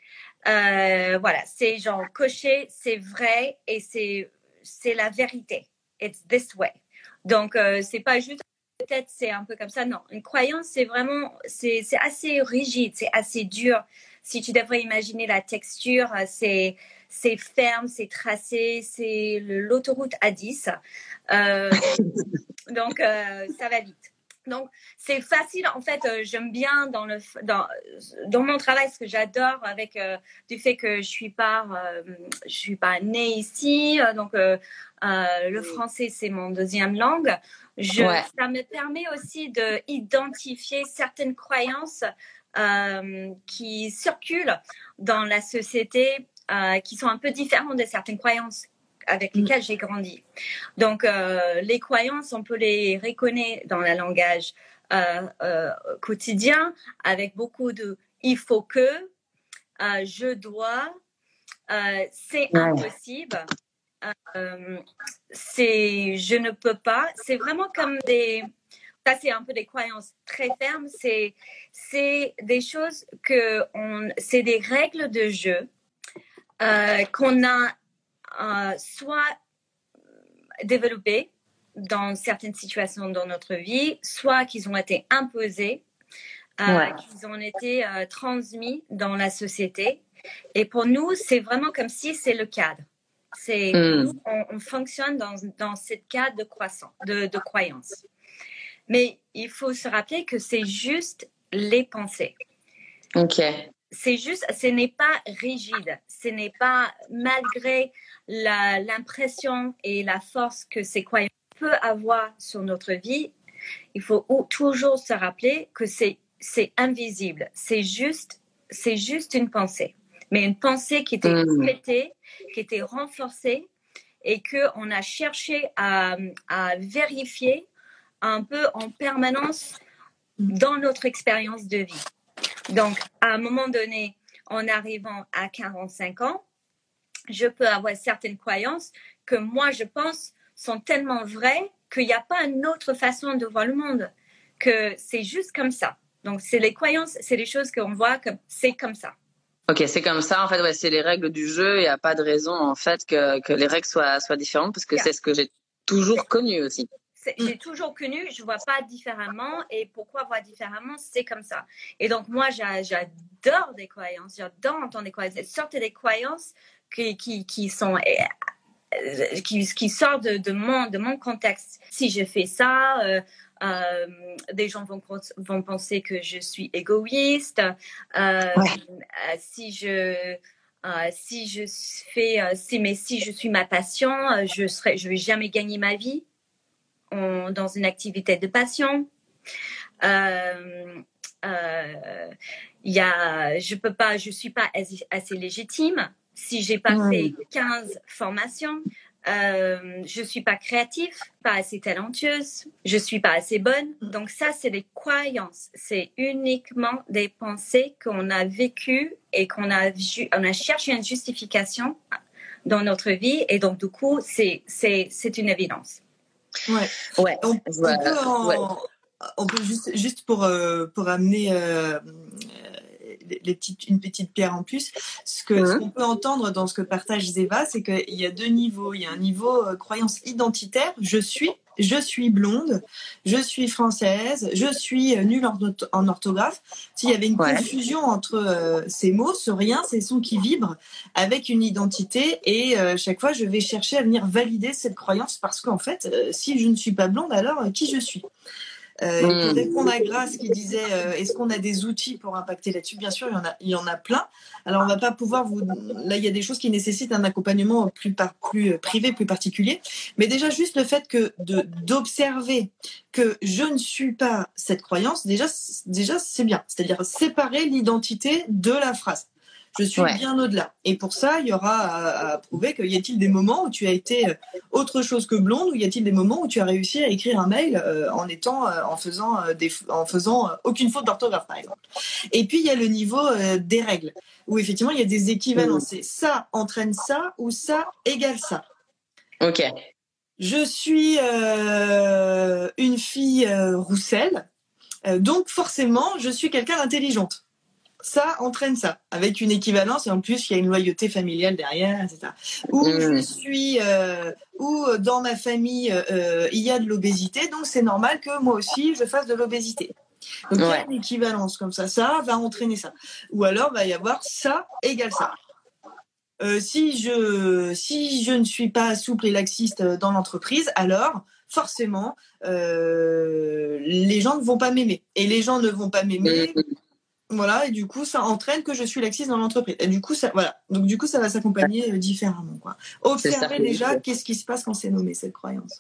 Speaker 4: Euh, voilà, c'est genre coché, c'est vrai et c'est c'est la vérité. It's this way. Donc euh, c'est pas juste peut-être c'est un peu comme ça. Non, une croyance c'est vraiment c'est c'est assez rigide, c'est assez dur. Si tu devrais imaginer la texture, c'est c'est ferme, c'est tracé, c'est le, l'autoroute A dix. Euh, donc euh, ça va vite. Donc, c'est facile. En fait, euh, j'aime bien dans le dans dans mon travail, ce que j'adore avec euh, du fait que je suis pas euh, je suis pas née ici, euh, donc euh, euh, le français c'est mon deuxième langue. Je, ouais. Ça me permet aussi de identifier certaines croyances euh, qui circulent dans la société, euh, qui sont un peu différentes de certaines croyances avec lesquelles j'ai grandi. Donc, euh, les croyances, on peut les reconnaître dans le langage euh, euh, quotidien avec beaucoup de « il faut que euh, »,« je dois euh, »,« c'est ouais. impossible euh, »,« c'est je ne peux pas ». C'est vraiment comme des... Ça, c'est un peu des croyances très fermes. C'est, c'est des choses que... On, c'est des règles de jeu euh, qu'on a Euh, soit développés dans certaines situations dans notre vie, soit qu'ils ont été imposés, euh, ouais. qu'ils ont été euh, transmis dans la société. Et pour nous, c'est vraiment comme si c'est le cadre. C'est, mm. Nous, on, on fonctionne dans, dans ce cadre de, croissance, de, de croyance. Mais il faut se rappeler que c'est juste les pensées.
Speaker 2: Ok.
Speaker 4: C'est juste, ce n'est pas rigide, ce n'est pas malgré la, l'impression et la force que ces croyances peuvent avoir sur notre vie, il faut toujours se rappeler que c'est, c'est invisible, c'est juste, c'est juste une pensée, mais une pensée qui était répétée, qui était renforcée et qu'on a cherché à, à vérifier un peu en permanence dans notre expérience de vie. Donc, à un moment donné, en arrivant à quarante-cinq ans, je peux avoir certaines croyances que moi, je pense, sont tellement vraies qu'il n'y a pas une autre façon de voir le monde, que c'est juste comme ça. Donc, c'est les croyances, c'est les choses qu'on voit comme c'est comme ça.
Speaker 2: Ok, c'est comme ça. En fait, ouais, c'est les règles du jeu. Il n'y a pas de raison, en fait, que, que les règles soient, soient différentes parce que yeah. c'est ce que j'ai toujours connu aussi.
Speaker 4: C'est, j'ai toujours connu, je ne vois pas différemment. Et pourquoi voir différemment, c'est comme ça. Et donc, moi, j'a, j'adore des croyances. J'adore entendre des croyances. Sortez des croyances qui, qui, qui sont... Qui, qui sortent de, de, mon, de mon contexte. Si je fais ça, euh, euh, des gens vont, vont penser que je suis égoïste. Euh, ouais. euh, si je... Euh, si je fais, euh, si, mais si je suis ma passion, euh, je serai, je vais jamais gagner ma vie en, dans une activité de passion. Euh, euh, y a, je peux pas, je suis pas assez, assez légitime si j'ai pas mmh. fait quinze formations. Euh, je suis pas créative, pas assez talentueuse, je suis pas assez bonne. Donc ça, c'est des croyances. C'est uniquement des pensées qu'on a vécues et qu'on a, ju- on a cherché une justification dans notre vie. Et donc, du coup, c'est, c'est, c'est une évidence.
Speaker 3: Ouais.
Speaker 2: Ouais.
Speaker 3: On, on
Speaker 2: ouais.
Speaker 3: peut, en, ouais. on peut juste, juste pour, euh, pour amener, euh, les petites, une petite pierre en plus. Ce, que, mmh. ce qu'on peut entendre dans ce que partage Zéva, c'est qu'il y a deux niveaux. Il y a un niveau euh, croyance identitaire. Je suis, je suis blonde, je suis française, je suis nulle en, en orthographe. S'il y avait une ouais. confusion entre euh, ces mots, ce rien, ces sons qui vibrent, avec une identité. Et euh, chaque fois, je vais chercher à venir valider cette croyance parce qu'en fait, euh, si je ne suis pas blonde, alors euh, qui je suis ? Euh, mmh. Et peut-être qu'on a Grace qui disait euh, est-ce qu'on a des outils pour impacter là-dessus ? Bien sûr, il y en a, il y en a plein. Alors on va pas pouvoir vous. Là, il y a des choses qui nécessitent un accompagnement plus par, plus privé, plus particulier. Mais déjà juste le fait que de d'observer que je ne suis pas cette croyance, déjà déjà c'est bien. C'est-à-dire séparer l'identité de la phrase. Je suis ouais. bien au-delà. Et pour ça, il y aura à, à prouver qu'il y a-t-il des moments où tu as été autre chose que blonde, ou y a-t-il des moments où tu as réussi à écrire un mail euh, en étant, euh, en faisant, euh, des, en faisant euh, aucune faute d'orthographe, par exemple. Et puis il y a le niveau euh, des règles, où effectivement il y a des équivalences. C'est ça entraîne ça ou ça égale ça.
Speaker 2: Ok.
Speaker 3: Je suis euh, une fille euh, rousselle, euh, donc forcément je suis quelqu'un d'intelligente. Ça entraîne ça, avec une équivalence, et en plus, il y a une loyauté familiale derrière, et cetera. Ou mmh. je suis, euh, ou dans ma famille, euh, il y a de l'obésité, donc c'est normal que moi aussi, je fasse de l'obésité. Donc, ouais. il y a une équivalence comme ça, ça va entraîner ça. Ou alors, il va y avoir ça égale ça. Euh, si, je, si je ne suis pas souple et laxiste dans l'entreprise, alors forcément, euh, les gens ne vont pas m'aimer. Et les gens ne vont pas m'aimer... Mmh. Voilà, et du coup, ça entraîne que je suis laxiste dans l'entreprise. Et du coup, ça, voilà. Donc, du coup, ça va s'accompagner euh, différemment, quoi. Observer déjà qu'est-ce qui se passe quand c'est nommé, cette croyance.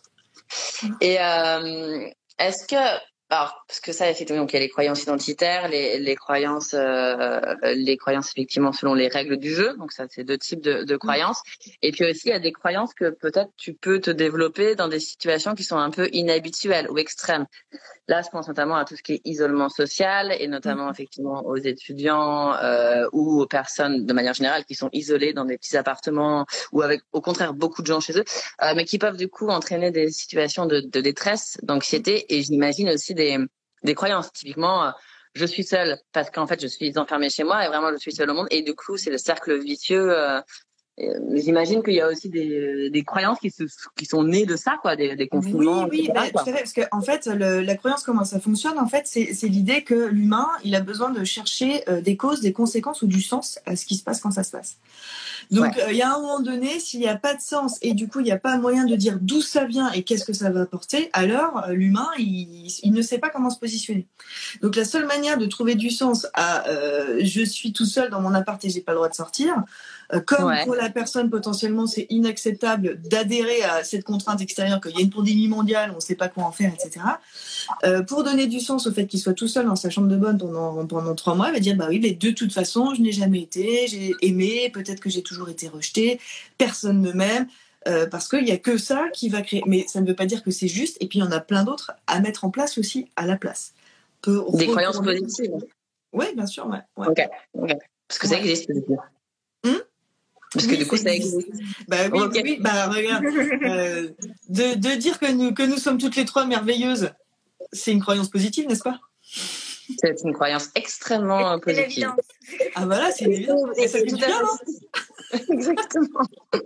Speaker 2: Et euh, est-ce que, alors, parce que ça, effectivement, donc il y a les croyances identitaires, les, les croyances, euh, les croyances effectivement selon les règles du jeu. Donc ça, c'est deux types de, de croyances. Mmh. Et puis aussi, il y a des croyances que peut-être tu peux te développer dans des situations qui sont un peu inhabituelles ou extrêmes. Là, je pense notamment à tout ce qui est isolement social et notamment mmh. effectivement aux étudiants euh, ou aux personnes de manière générale qui sont isolées dans des petits appartements ou avec au contraire beaucoup de gens chez eux, euh, mais qui peuvent du coup entraîner des situations de, de détresse, d'anxiété et j'imagine aussi des, des croyances. Typiquement, euh, je suis seule parce qu'en fait je suis enfermée chez moi et vraiment je suis seule au monde et du coup c'est le cercle vicieux. Euh, J'imagine qu'il y a aussi des, des croyances qui, se, qui sont nées de ça, quoi, des, des confinements.
Speaker 3: Oui, oui, bah, tout à fait, parce que en fait, le, la croyance, comment ça fonctionne, en fait, c'est, c'est l'idée que l'humain, il a besoin de chercher euh, des causes, des conséquences ou du sens à ce qui se passe quand ça se passe. Donc, il ouais. euh, y a un moment donné, s'il n'y a pas de sens et du coup, il n'y a pas moyen de dire d'où ça vient et qu'est-ce que ça va apporter, alors euh, l'humain, il, il ne sait pas comment se positionner. Donc, la seule manière de trouver du sens à euh, je suis tout seul dans mon appart et j'ai pas le droit de sortir. Euh, comme ouais. pour la personne, potentiellement, c'est inacceptable d'adhérer à cette contrainte extérieure, qu'il y a une pandémie mondiale, on ne sait pas quoi en faire, et cetera. Euh, pour donner du sens au fait qu'il soit tout seul dans sa chambre de bonne pendant, pendant trois mois, il va dire, bah oui, mais de toute façon, je n'ai jamais été, j'ai aimé, peut-être que j'ai toujours été rejetée, personne ne m'aime. euh, parce qu'il n'y a que ça qui va créer. Mais ça ne veut pas dire que c'est juste. Et puis, il y en a plein d'autres à mettre en place aussi à la place.
Speaker 2: Des retourner... croyances positives.
Speaker 3: Oui, bien sûr. Ouais, ouais.
Speaker 2: Ok. okay. Parce que ça ouais. existe.
Speaker 3: Hum
Speaker 2: Parce que
Speaker 3: oui,
Speaker 2: du coup, ça existe.
Speaker 3: existe. Bah oui, okay. oui, bah regarde. euh, de, de dire que nous, que nous sommes toutes les trois merveilleuses, c'est une croyance positive, n'est-ce pas?
Speaker 2: C'est une croyance extrêmement
Speaker 4: c'est
Speaker 2: positive.
Speaker 3: Ah voilà, c'est une évidence. Et ça fait du bien, non?
Speaker 2: Exactement.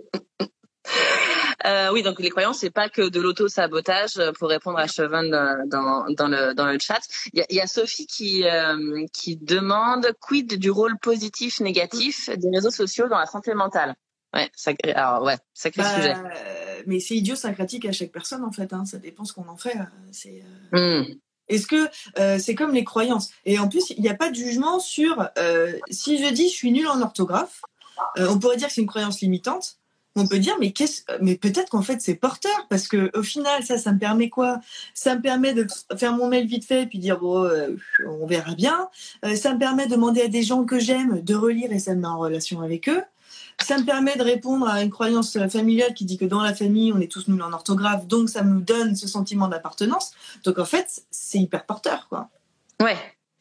Speaker 2: Euh, oui, donc les croyances, c'est pas que de l'auto-sabotage. Pour répondre à Chauvin dans, dans, le, dans le chat, il y a, y a Sophie qui, euh, qui demande quid du rôle positif-négatif des réseaux sociaux dans la santé mentale. Ouais, sacré, alors ouais, sacré
Speaker 3: bah,
Speaker 2: sujet.
Speaker 3: Mais c'est idiosyncratique à chaque personne en fait. Hein, ça dépend ce qu'on en fait. C'est. Euh... Mm. Est-ce que euh, c'est comme les croyances? Et en plus, il n'y a pas de jugement sur euh, si je dis je suis nulle en orthographe, euh, on pourrait dire que c'est une croyance limitante. On peut dire mais qu'est-ce mais peut-être qu'en fait c'est porteur parce que au final ça ça me permet quoi? Ça me permet de faire mon mail vite fait puis dire bon euh, on verra bien. Euh, ça me permet de demander à des gens que j'aime de relire et ça me met en relation avec eux. Ça me permet de répondre à une croyance familiale qui dit que dans la famille, on est tous nuls en orthographe, donc ça nous donne ce sentiment d'appartenance. Donc en fait, c'est hyper porteur, quoi.
Speaker 2: Ouais.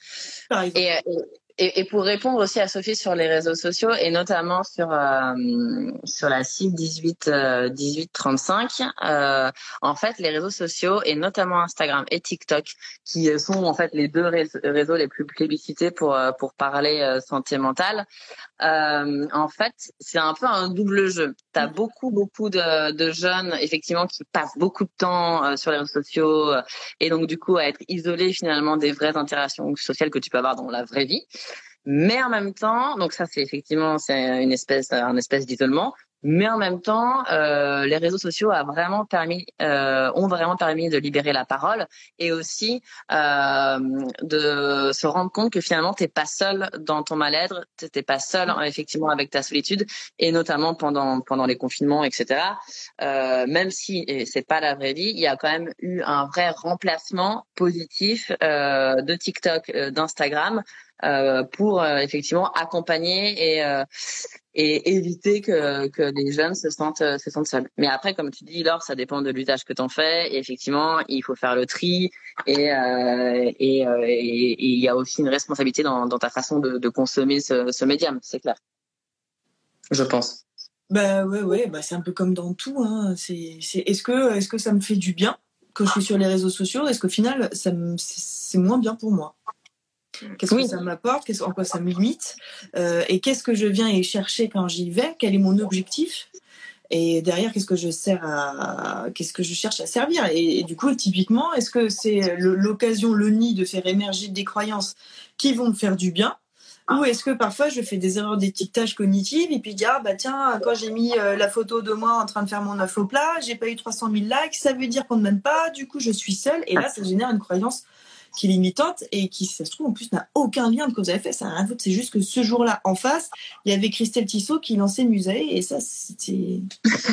Speaker 2: Par exemple. Et, et, et pour répondre aussi à Sophie sur les réseaux sociaux et notamment sur euh, sur la cible dix-huit trente-cinq, euh, en fait, les réseaux sociaux et notamment Instagram et TikTok, qui sont en fait les deux réseaux les plus plébiscités pour pour parler euh, santé mentale. Euh, en fait, c'est un peu un double jeu. T'as beaucoup, beaucoup de, de jeunes, effectivement, qui passent beaucoup de temps euh, sur les réseaux sociaux euh, et donc du coup à être isolés finalement des vraies interactions sociales que tu peux avoir dans la vraie vie. Mais en même temps, donc ça c'est effectivement c'est une espèce, un espèce d'isolement. Mais en même temps, euh, les réseaux sociaux a vraiment permis, euh, ont vraiment permis de libérer la parole et aussi euh, de se rendre compte que finalement t'es pas seul dans ton mal-être, t'es pas seul effectivement avec ta solitude et notamment pendant pendant les confinements, et cetera. Euh, même si et c'est pas la vraie vie, il y a quand même eu un vrai remplacement positif euh, de TikTok, euh, d'Instagram. Euh, pour euh, effectivement accompagner et euh, et éviter que que les jeunes se sentent se sentent seuls. Mais après, comme tu dis, Laure, ça dépend de l'usage que t'en fais. Et effectivement, il faut faire le tri et euh, et euh, et il y a aussi une responsabilité dans dans ta façon de, de consommer ce, ce médium, c'est clair. Je pense.
Speaker 3: Bah ouais ouais, bah c'est un peu comme dans tout. Hein. C'est c'est est-ce que est-ce que ça me fait du bien quand je suis sur les réseaux sociaux? Est-ce qu'au final, ça me c'est moins bien pour moi? Qu'est-ce oui. que ça m'apporte, qu'est-ce, en quoi ça me limite, euh, et qu'est-ce que je viens y chercher quand j'y vais, quel est mon objectif, et derrière qu'est-ce que je sers à, qu'est-ce que je cherche à servir, et, et du coup typiquement est-ce que c'est le, l'occasion, le nid de faire émerger des croyances qui vont me faire du bien, ou est-ce que parfois je fais des erreurs d'étiquetage cognitive et puis dire ah bah tiens quand j'ai mis euh, la photo de moi en train de faire mon œuf au plat, j'ai pas eu trois cent mille likes, ça veut dire qu'on ne m'aime pas, du coup je suis seule, et là ça génère une croyance qui est limitante et qui, si ça se trouve, en plus, n'a aucun lien de ce que vous avez fait. Ça n'a rien à voir. C'est juste que ce jour-là, en face, il y avait Christelle Tissot qui lançait Musée et ça, c'était.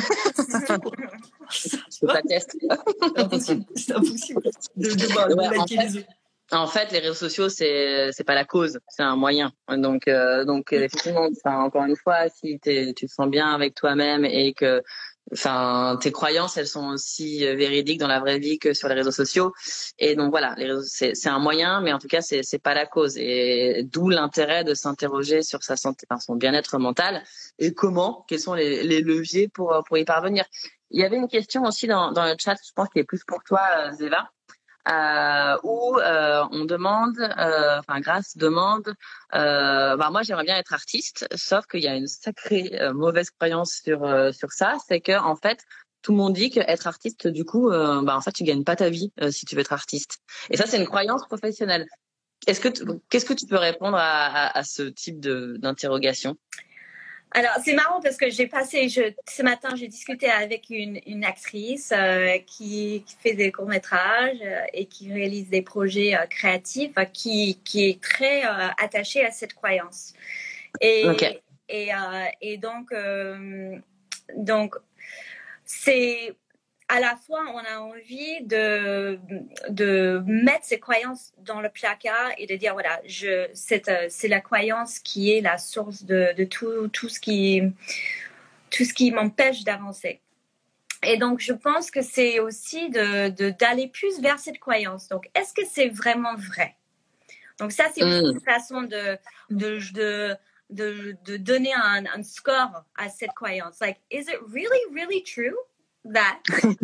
Speaker 2: Je peux pas tester.
Speaker 3: C'est impossible. C'est impossible de, de voir
Speaker 2: ouais,
Speaker 3: de liker
Speaker 2: les autres. En fait, les réseaux sociaux, c'est c'est pas la cause, c'est un moyen. Donc euh, donc effectivement, enfin, encore une fois, si t'es, tu te sens bien avec toi-même et que enfin tes croyances, elles sont aussi véridiques dans la vraie vie que sur les réseaux sociaux. Et donc voilà, les réseaux, c'est c'est un moyen, mais en tout cas, c'est c'est pas la cause. Et d'où l'intérêt de s'interroger sur sa santé, enfin, son bien-être mental et comment, quels sont les les leviers pour pour y parvenir. Il y avait une question aussi dans dans le chat, je pense qui est plus pour toi, Zéva. Euh, où euh, on demande, euh, enfin Grace demande, euh, bah moi j'aimerais bien être artiste, sauf qu'il y a une sacrée euh, mauvaise croyance sur euh, sur ça, c'est que en fait tout le monde dit qu'être artiste du coup, euh, bah en fait tu gagnes pas ta vie euh, si tu veux être artiste. Et ça c'est une croyance professionnelle. Est-ce que tu, qu'est-ce que tu peux répondre à, à, à ce type de d'interrogation?
Speaker 4: Alors, c'est marrant parce que j'ai passé, je, ce matin, j'ai discuté avec une, une actrice euh, qui, qui fait des courts-métrages euh, et qui réalise des projets euh, créatifs, euh, qui, qui est très euh, attachée à cette croyance. Et, okay. et, euh, et donc, euh, donc, c'est... À la fois, on a envie de, de mettre ces croyances dans le placard et de dire, voilà, je, c'est, c'est la croyance qui est la source de, de tout, tout, ce qui, tout ce qui m'empêche d'avancer. et donc, je pense que c'est aussi de, de, d'aller plus vers cette croyance. Donc, est-ce que c'est vraiment vrai? Donc, ça, c'est aussi une façon de, de, de, de, de donner un, un score à cette croyance. Like, is it really, really true that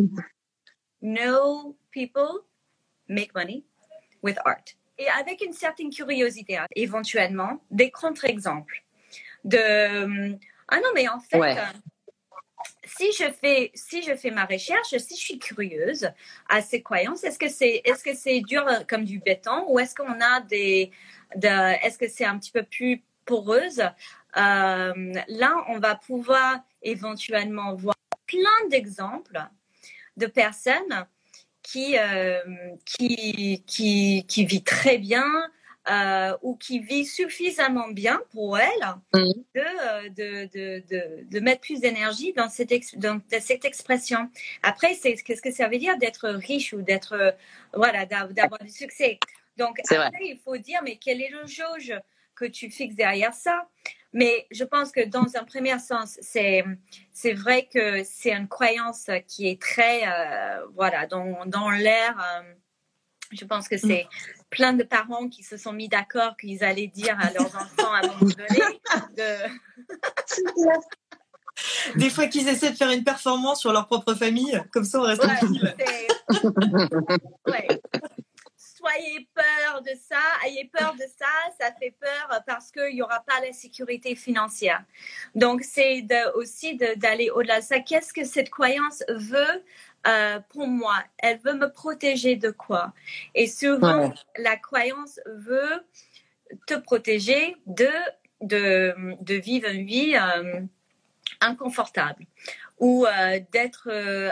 Speaker 4: no people make money with art? Et avec une certaine curiosité, hein, éventuellement, des contre-exemples de ah non, mais en fait, ouais. euh, si je fais si je fais ma recherche, si je suis curieuse à ces croyances, est-ce que c'est est-ce que c'est dur comme du béton ou est-ce qu'on a des de, est-ce que c'est un petit peu plus poreuse? Euh, là, on va pouvoir éventuellement voir plein d'exemples de personnes qui euh, qui qui qui vit très bien euh, ou qui vit suffisamment bien pour elle mmh. de, de de de de mettre plus d'énergie dans cette ex, dans cette expression. Après, c'est qu'est-ce que ça veut dire d'être riche ou d'être voilà d'avoir du succès. Donc c'est après, vrai. Il faut dire mais quelle est le jauge que tu fixes derrière ça. Mais je pense que dans un premier sens, c'est, c'est vrai que c'est une croyance qui est très, euh, voilà, dans, dans l'air. Euh, je pense que c'est plein de parents qui se sont mis d'accord qu'ils allaient dire à leurs enfants à un moment donné. De...
Speaker 3: Des fois qu'ils essaient de faire une performance sur leur propre famille, comme ça on reste
Speaker 4: ouais,
Speaker 3: tranquille.
Speaker 4: Ouais. Soyez peur de ça, ayez peur de ça, ça fait peur parce qu'il n'y aura pas la sécurité financière. Donc, c'est de, aussi de, d'aller au-delà de ça. Qu'est-ce que cette croyance veut euh, pour moi? Elle veut me protéger de quoi? Et souvent, ouais. la croyance veut te protéger de, de, de vivre une vie euh, inconfortable ou euh, d'être, euh,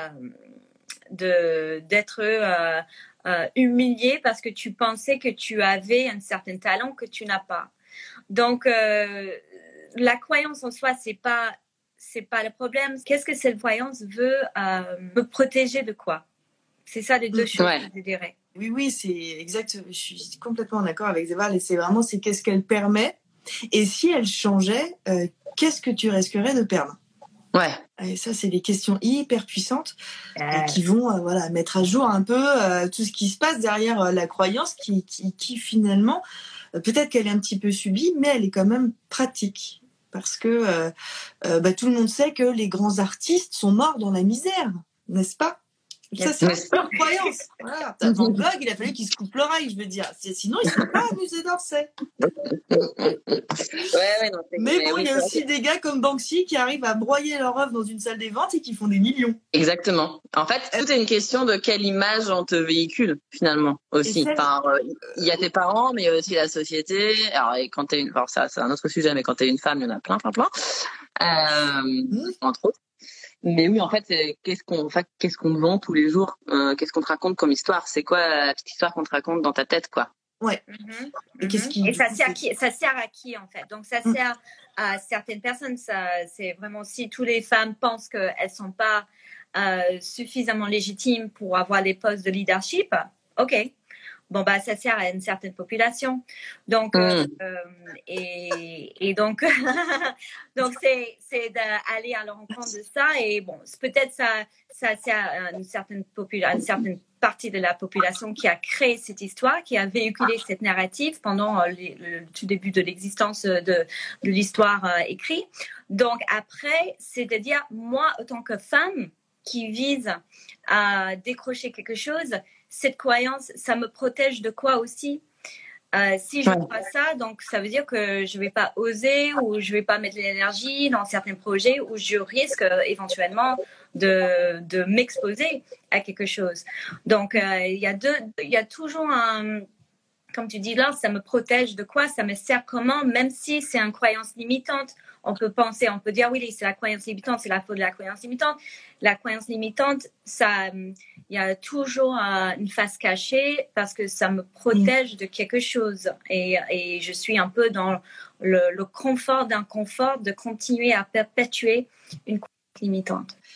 Speaker 4: de, d'être euh, Euh, humilié parce que tu pensais que tu avais un certain talent que tu n'as pas. Donc, euh, la croyance en soi, c'est pas, c'est pas le problème. Qu'est-ce que cette croyance veut euh, me protéger de quoi? C'est ça les deux choses, ouais. que je dirais.
Speaker 3: Oui, oui, c'est exact. Je suis complètement d'accord avec Zéval. Et c'est vraiment, c'est qu'est-ce qu'elle permet. Et si elle changeait, euh, qu'est-ce que tu risquerais de perdre?
Speaker 2: Ouais.
Speaker 3: Et ça, c'est des questions hyper puissantes euh. et qui vont euh, voilà, mettre à jour un peu euh, tout ce qui se passe derrière euh, la croyance qui, qui, qui finalement, euh, peut-être qu'elle est un petit peu subie, mais elle est quand même pratique. Parce que euh, euh, bah, tout le monde sait que les grands artistes sont morts dans la misère, n'est-ce pas? Ça, c'est une pure croyance. Voilà. Van Gogh, il a fallu qu'il se coupe l'oreille, je veux dire. Sinon, il ne serait pas à musée d'Orsay.
Speaker 2: Ouais, ouais, non,
Speaker 3: mais bon, il y a aussi des gars comme Banksy qui arrivent à broyer leur œuvre dans une salle des ventes et qui font des millions.
Speaker 2: Exactement. En fait, tout est une question de quelle image on te véhicule, finalement, aussi. Enfin, il y a tes parents, mais il y a aussi la société. Alors, et quand t'es une... Alors, ça, c'est un autre sujet, mais quand t'es une femme, il y en a plein, plein, plein. Euh, mmh. Entre autres. Mais oui, en fait, c'est, qu'est-ce qu'on, enfin, qu'est-ce qu'on vend tous les jours? euh, Qu'est-ce qu'on te raconte comme histoire? C'est quoi la petite histoire qu'on te raconte dans ta tête, quoi?
Speaker 3: Ouais.
Speaker 4: Mm-hmm. Et, qu'est-ce qui, et ça sert à qui? Ça sert à qui, en fait? Donc, ça sert mm. à certaines personnes. Ça, c'est vraiment si toutes les femmes pensent qu'elles sont pas euh, suffisamment légitimes pour avoir les postes de leadership, ok. Bon, bah, ça sert à une certaine population. Donc, mmh. euh, et, et donc, donc c'est, c'est d'aller à la rencontre de ça. Et bon, peut-être ça, ça sert à une certaine population, une certaine partie de la population qui a créé cette histoire, qui a véhiculé cette narrative pendant les, le tout début de l'existence de, de l'histoire euh, écrite. Donc, après, c'est de dire, moi, en tant que femme qui vise à décrocher quelque chose, cette croyance, ça me protège de quoi aussi? euh, Si je ne fais pas ça, donc ça veut dire que je ne vais pas oser ou je ne vais pas mettre de l'énergie dans certains projets où je risque euh, éventuellement de, de m'exposer à quelque chose. Donc, il euh, y a deux, il y a toujours un... Comme tu dis là, ça me protège de quoi? Ça me sert comment? Même si c'est une croyance limitante, on peut penser, on peut dire oui, c'est la croyance limitante, c'est la faute de la croyance limitante. La croyance limitante, ça, il y a toujours euh, une face cachée parce que ça me protège de quelque chose. Et, et je suis un peu dans le, le confort d'un confort de continuer à perpétuer une croyance limitante.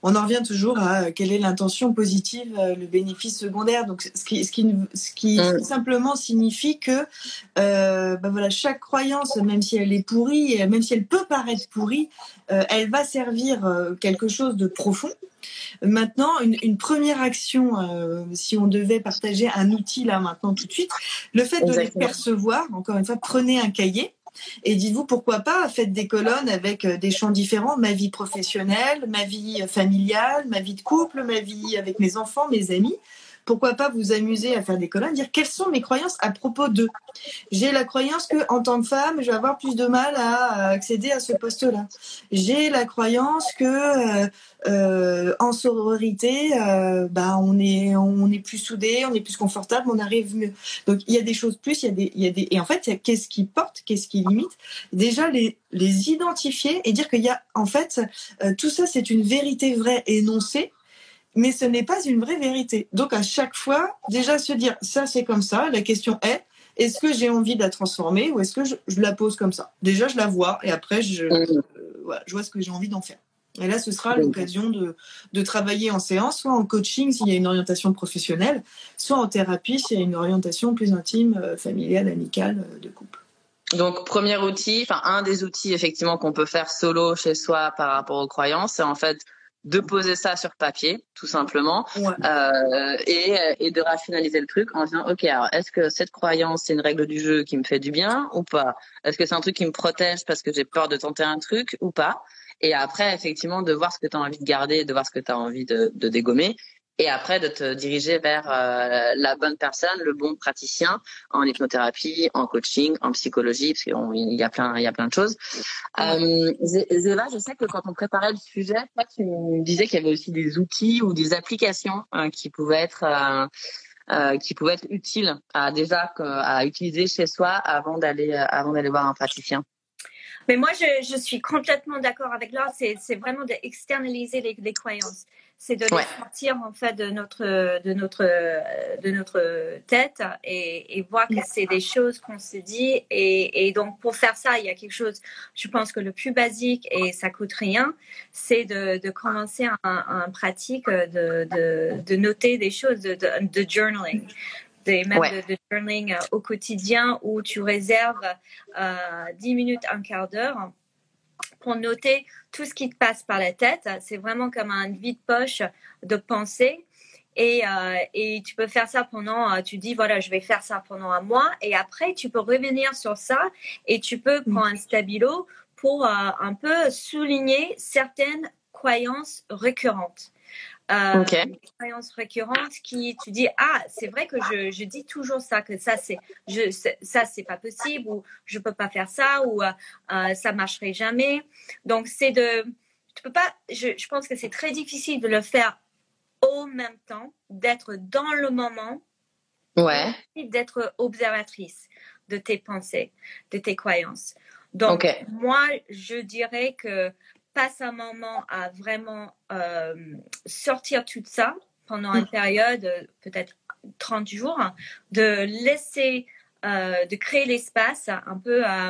Speaker 3: on en revient toujours à quelle est l'intention positive, le bénéfice secondaire. Donc, ce qui, ce qui, ce qui mmh. simplement signifie que euh, ben voilà, chaque croyance, même si elle est pourrie, même si elle peut paraître pourrie, euh, elle va servir quelque chose de profond. Maintenant, une, une première action, euh, si on devait partager un outil là maintenant tout de suite, le fait de Exactement. les percevoir, encore une fois, prenez un cahier et dites-vous pourquoi pas, faites des colonnes avec des champs différents, ma vie professionnelle, ma vie familiale, ma vie de couple, ma vie avec mes enfants, mes amis. Pourquoi pas vous amuser à faire des colonnes, dire quelles sont mes croyances à propos d'eux. J'ai la croyance que en tant que femme, je vais avoir plus de mal à accéder à ce poste-là. J'ai la croyance que euh, euh, en sororité, euh, bah on est on est plus soudés, on est plus confortable, on arrive mieux. Donc il y a des choses plus, il y a des il y a des et en fait, il y a qu'est-ce qui porte, qu'est-ce qui limite. Déjà les les identifier et dire qu'il y a en fait euh, tout ça c'est une vérité vraie énoncée. Mais ce n'est pas une vraie vérité. Donc, à chaque fois, déjà se dire, ça, c'est comme ça. La question est, est-ce que j'ai envie de la transformer ou est-ce que je, je la pose comme ça ? Déjà, je la vois et après, je, euh, voilà, je vois ce que j'ai envie d'en faire. Et là, ce sera l'occasion de, de travailler en séance, soit en coaching s'il y a une orientation professionnelle, soit en thérapie s'il y a une orientation plus intime, euh, familiale, amicale, euh, de couple.
Speaker 2: Donc, premier outil, enfin, un des outils, effectivement, qu'on peut faire solo chez soi par rapport aux croyances, c'est en fait de poser ça sur papier, tout simplement, ouais. euh, et, et de rationaliser le truc en disant, ok, alors est-ce que cette croyance c'est une règle du jeu qui me fait du bien ou pas ? Est-ce que c'est un truc qui me protège parce que j'ai peur de tenter un truc ou pas ? Et après, effectivement, de voir ce que tu as envie de garder, de voir ce que tu as envie de, de dégommer. Et après, de te diriger vers euh, la bonne personne, le bon praticien en hypnothérapie, en coaching, en psychologie, parce qu'il y a plein, il y a plein de choses. Euh, Zéva, je sais que quand on préparait le sujet, toi, tu me disais qu'il y avait aussi des outils ou des applications hein, qui pouvaient être euh, euh, qui pouvaient être utiles à déjà à utiliser chez soi avant d'aller avant d'aller voir un praticien.
Speaker 4: Mais moi, je, je suis complètement d'accord avec Laure. C'est, c'est vraiment d'externaliser les, les croyances. C'est de les ouais. sortir en fait de notre de notre de notre tête et, et voir que c'est des choses qu'on se dit et, et donc pour faire ça il y a quelque chose je pense que le plus basique et ça coûte rien c'est de, de commencer un, un pratique de, de de noter des choses de, de, de journaling. Des, même ouais. de, de journaling euh, au quotidien où tu réserves euh, dix minutes, un quart d'heure pour noter tout ce qui te passe par la tête. C'est vraiment comme un vide-poche de pensée. Et, euh, et tu peux faire ça pendant, tu dis, voilà, je vais faire ça pendant un mois. Et après, tu peux revenir sur ça et tu peux prendre un stabilo pour euh, un peu souligner certaines croyances récurrentes. Euh, okay. Des croyances récurrentes qui tu dis ah c'est vrai que je, je dis toujours ça que ça c'est je c'est, ça c'est pas possible ou je peux pas faire ça ou euh, ça marcherait jamais donc c'est de tu peux pas je, je pense que c'est très difficile de le faire au même temps d'être dans le moment
Speaker 2: ouais
Speaker 4: et d'être observatrice de tes pensées de tes croyances donc okay. moi je dirais que passe un moment à vraiment euh, sortir tout ça pendant une période, peut-être trente jours, de laisser, euh, de créer l'espace, un peu, euh,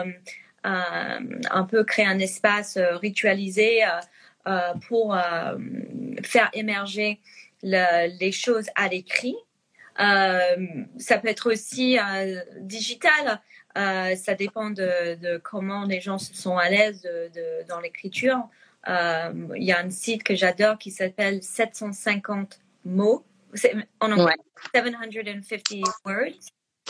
Speaker 4: euh, un peu créer un espace ritualisé euh, euh, pour euh, faire émerger le, les choses à l'écrit. Euh, ça peut être aussi euh, digital. Euh, ça dépend de, de comment les gens se sont à l'aise de, de, dans l'écriture. Euh, il y a un site que j'adore qui s'appelle sept cent cinquante mots. C'est, en anglais, ouais. sept cent cinquante words.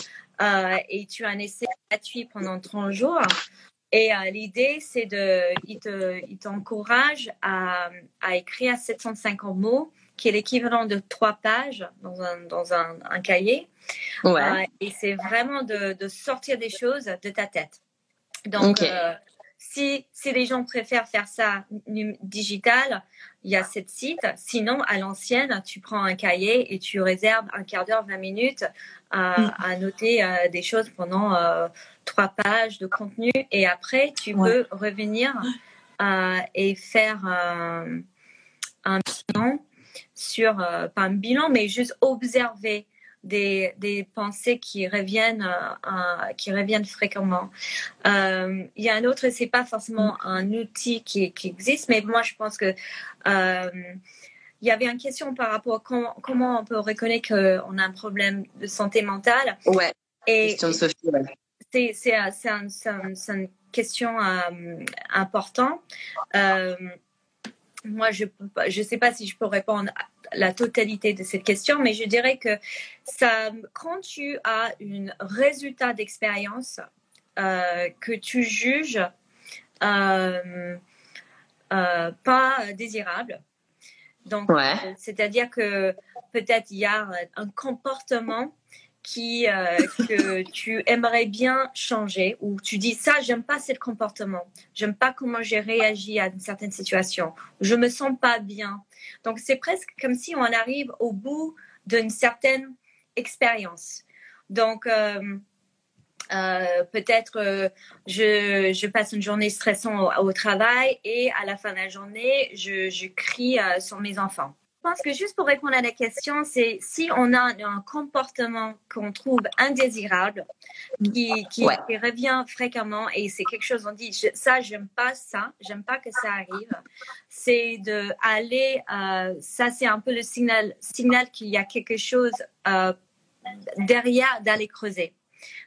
Speaker 4: Euh, et tu as un essai gratuit pendant trente jours. Et euh, l'idée, c'est de, il, te, il t'encourage à, à écrire sept cent cinquante mots, qui est l'équivalent de trois pages dans un, dans un, un cahier. Ouais. Euh, et c'est vraiment de, de sortir des choses de ta tête. Donc, okay. euh, si, si les gens préfèrent faire ça digital, il y a cette site. Sinon, à l'ancienne, tu prends un cahier et tu réserves un quart d'heure, vingt minutes à, mm. à noter euh, des choses pendant euh, trois pages de contenu. Et après, tu ouais. peux revenir euh, et faire euh, un bilan sur, euh, pas un bilan, mais juste observer des, des pensées qui reviennent, euh, euh, qui reviennent fréquemment. Euh, il y a un autre, c'est pas forcément un outil qui, qui existe, mais moi, je pense que euh, il y avait une question par rapport à comment, comment on peut reconnaître qu'on a un problème de santé mentale.
Speaker 2: Ouais.
Speaker 4: Et
Speaker 2: question de Sophie, ouais.
Speaker 4: c'est, c'est, c'est, un, c'est, un, c'est une question euh, importante. Euh, moi, je ne sais pas si je peux répondre à la totalité de cette question, mais je dirais que ça, quand tu as un résultat d'expérience euh, que tu juges euh, euh, pas désirable, donc
Speaker 2: ouais.
Speaker 4: euh, c'est-à-dire que peut-être il y a un comportement qui euh, que tu aimerais bien changer, ou tu dis ça, j'aime pas ce comportement, j'aime pas comment j'ai réagi à une certaine situation, je me sens pas bien. Donc c'est presque comme si on arrive au bout d'une certaine expérience. Donc euh, euh, peut-être euh, je, je passe une journée stressante au, au travail et à la fin de la journée, je, je crie euh, sur mes enfants. Je pense que juste pour répondre à la question, c'est si on a un comportement qu'on trouve indésirable, qui, qui,
Speaker 2: ouais.
Speaker 4: qui revient fréquemment, et c'est quelque chose, on dit, je, ça, j'aime pas ça, j'aime pas que ça arrive, c'est d'aller, euh, ça c'est un peu le signal, signal qu'il y a quelque chose euh, derrière, d'aller creuser.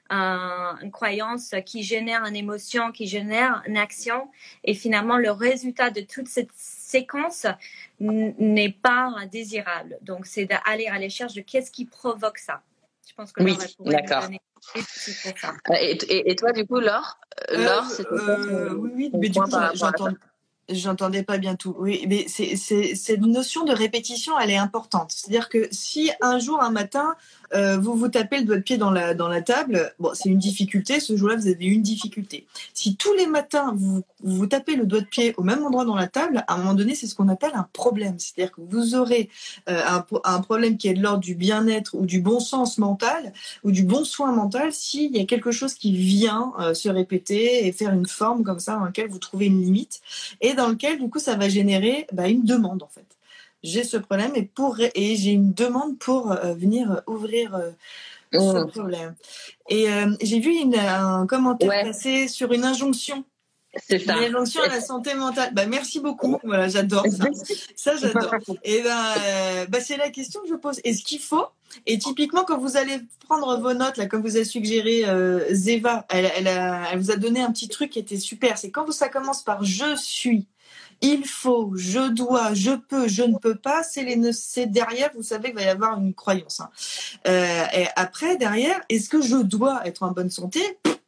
Speaker 4: Euh, une croyance qui génère une émotion, qui génère une action, et finalement le résultat de toute cette séquence n- n'est pas désirable. Donc c'est d'aller à la recherche de qu'est-ce qui provoque ça. Je pense que
Speaker 2: oui,
Speaker 4: Laure pourrait
Speaker 2: d'accord.
Speaker 4: nous donner des outils pour ça.
Speaker 2: Et, et, et toi du coup, Laure,
Speaker 3: euh,
Speaker 2: Laure, c'était
Speaker 3: euh, oui, oui, mais du coup j'entends. J'entendais pas bien tout. Oui, mais c'est, c'est, cette notion de répétition, elle est importante. C'est-à-dire que si un jour, un matin, euh, vous vous tapez le doigt de pied dans la, dans la table, bon, c'est une difficulté. Ce jour-là, vous avez une difficulté. Si tous les matins, vous vous, vous tapez le doigt de pied au même endroit dans la table, à un moment donné, c'est ce qu'on appelle un problème. C'est-à-dire que vous aurez euh, un, un problème qui est de l'ordre du bien-être ou du bon sens mental ou du bon soin mental s'il y a quelque chose qui vient euh, se répéter et faire une forme comme ça dans laquelle vous trouvez une limite. Et dans lequel, du coup, ça va générer bah, une demande, en fait. J'ai ce problème et, pour, et j'ai une demande pour euh, venir ouvrir euh, mmh. ce problème. Et euh, j'ai vu une, un commentaire ouais. passer sur une injonction.
Speaker 2: C'est ça.
Speaker 3: Une injonction à la santé mentale. Bah, merci beaucoup. Voilà, j'adore ça. Ça, j'adore. Et ben, euh, bah, c'est la question que je pose. Est-ce qu'il faut? Et typiquement, quand vous allez prendre vos notes, là, comme vous a suggéré euh, Zeva, elle, elle, a, elle vous a donné un petit truc qui était super. C'est quand ça commence par je suis, il faut, je dois, je peux, je ne peux pas. C'est, les, c'est derrière, vous savez qu'il va y avoir une croyance. Hein. Euh, et après, derrière, est-ce que je dois être en bonne santé?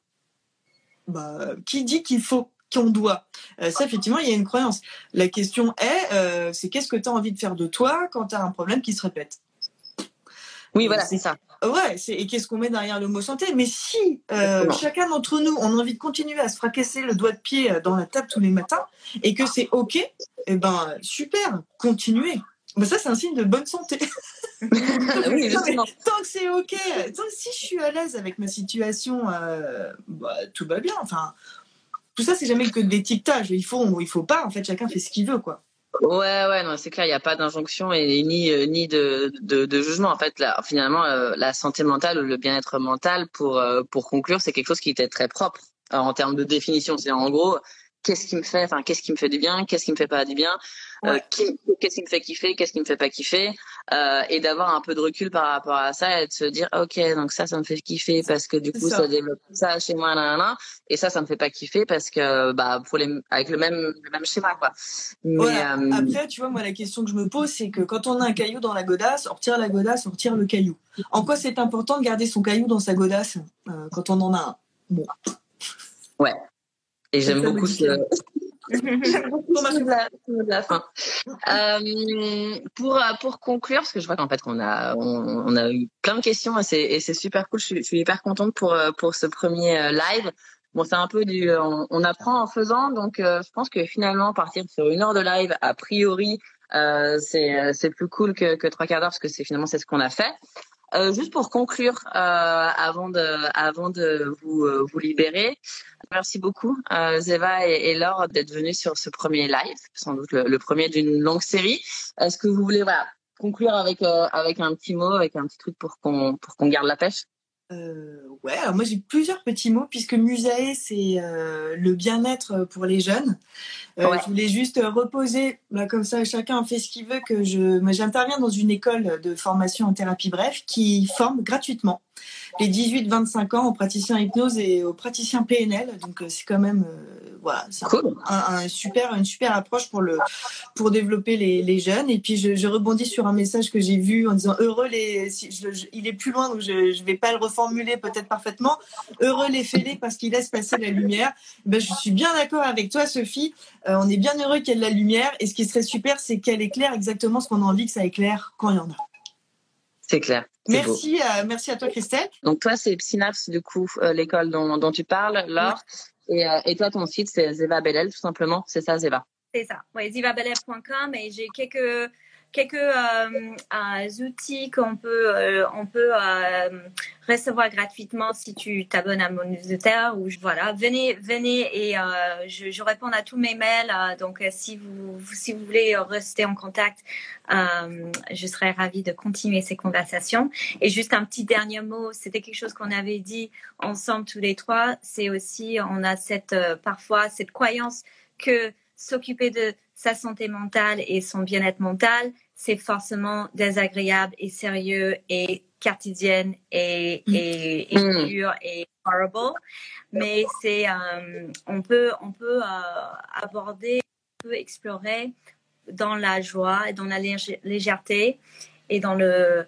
Speaker 3: Bah, qui dit qu'il faut, qu'on doit? euh, Ça, effectivement, il y a une croyance. La question est, euh, c'est qu'est-ce que tu as envie de faire de toi quand tu as un problème qui se répète?
Speaker 2: Oui, voilà, c'est, c'est ça.
Speaker 3: Ouais, c'est, et qu'est-ce qu'on met derrière le mot santé? Mais si euh, chacun d'entre nous, on a envie de continuer à se fracasser le doigt de pied dans la table tous les matins et que c'est OK, eh ben super, continuez. Ben ça, c'est un signe de bonne santé.
Speaker 2: Oui,
Speaker 3: non, tant que c'est OK, tant que si je suis à l'aise avec ma situation, euh, bah, tout va bien. Enfin, tout ça, c'est jamais que de l'étiquetage. Il faut, il faut pas. En fait, chacun fait ce qu'il veut, quoi.
Speaker 2: Ouais, ouais, non, c'est clair, il n'y a pas d'injonction et ni euh, ni de, de de jugement. En fait, là, finalement, euh, la santé mentale ou le bien-être mental, pour euh, pour conclure, c'est quelque chose qui était très propre euh, en termes de définition. C'est en gros, qu'est-ce qui me fait, enfin, qu'est-ce qui me fait du bien, qu'est-ce qui me fait pas du bien, euh, ouais. qui, qu'est-ce qui me fait kiffer, qu'est-ce qui me fait pas kiffer, euh, et d'avoir un peu de recul par rapport à ça et de se dire, ok, donc ça, ça me fait kiffer parce que du coup, ça. ça développe ça chez moi, là, là, là, et ça, ça me fait pas kiffer parce que, bah, pour les, avec le même, le même schéma, quoi.
Speaker 3: Mais, voilà. euh... Après, tu vois, moi, la question que je me pose, c'est que quand on a un caillou dans la godasse, on retire la godasse, on retire le caillou. En quoi c'est important de garder son caillou dans sa godasse euh, quand on en a un? Bon.
Speaker 2: Ouais. Et j'aime beaucoup ce. la, la fin. Euh, pour pour conclure, parce que je vois qu'en fait qu'on a on, on a eu plein de questions et c'est et c'est super cool. Je suis, je suis hyper contente pour pour ce premier live. Bon, c'est un peu du on, on apprend en faisant, donc euh, je pense que finalement partir sur une heure de live a priori euh, c'est c'est plus cool que que trois quarts d'heure parce que c'est finalement c'est ce qu'on a fait. Euh, juste pour conclure, euh, avant de, avant de vous, euh, vous libérer, merci beaucoup, euh, Zeva et, et Laure, d'être venus sur ce premier live, sans doute le, le premier d'une longue série. Est-ce que vous voulez, voilà, conclure avec euh, avec un petit mot, avec un petit truc pour qu'on pour qu'on garde la pêche.
Speaker 3: Euh, ouais, alors moi j'ai plusieurs petits mots puisque Musae c'est euh, le bien-être pour les jeunes. Euh, ouais. Je voulais juste reposer, bah, comme ça chacun fait ce qu'il veut, que je, moi, j'interviens dans une école de formation en thérapie bref qui forme gratuitement les dix-huit vingt-cinq ans aux praticiens hypnose et aux praticiens P N L. Donc c'est quand même euh, voilà, c'est
Speaker 2: cool.
Speaker 3: un, un super, une super approche pour le pour développer les, les jeunes. Et puis je, je rebondis sur un message que j'ai vu en disant heureux les, si, je, je, il est plus loin donc je je vais pas le reformuler peut-être parfaitement. Heureux les fêlés parce qu'ils laissent passer la lumière. Ben je suis bien d'accord avec toi Sophie. Euh, on est bien heureux qu'il y ait de la lumière et ce qui serait super c'est qu'elle éclaire exactement ce qu'on a envie que ça éclaire quand il y en a.
Speaker 2: C'est clair. C'est
Speaker 3: merci, à, merci à toi, Christelle.
Speaker 2: Donc, toi, c'est Synapse, du coup, euh, l'école dont, dont tu parles, Laure. Ouais. Et, euh, et toi, ton site, c'est Zeva Bellel, tout simplement. C'est ça, Zeva.
Speaker 4: C'est ça. Oui, zeva bellel point com. Et j'ai quelques, quelques euh, euh, outils qu'on peut, euh, on peut euh, recevoir gratuitement si tu t'abonnes à mon newsletter. Ou, voilà, venez, venez et euh, je, je réponds à tous mes mails. Euh, donc, euh, si, vous, si vous voulez rester en contact, euh, je serais ravie de continuer ces conversations. Et juste un petit dernier mot, c'était quelque chose qu'on avait dit ensemble tous les trois. C'est aussi, on a cette, euh, parfois cette croyance que s'occuper de sa santé mentale et son bien-être mental, c'est forcément désagréable et sérieux et cartésienne et, et, et mm. dur et horrible. Mais c'est, euh, on peut, on peut euh, aborder, on peut explorer dans la joie et dans la légèreté et dans le, euh,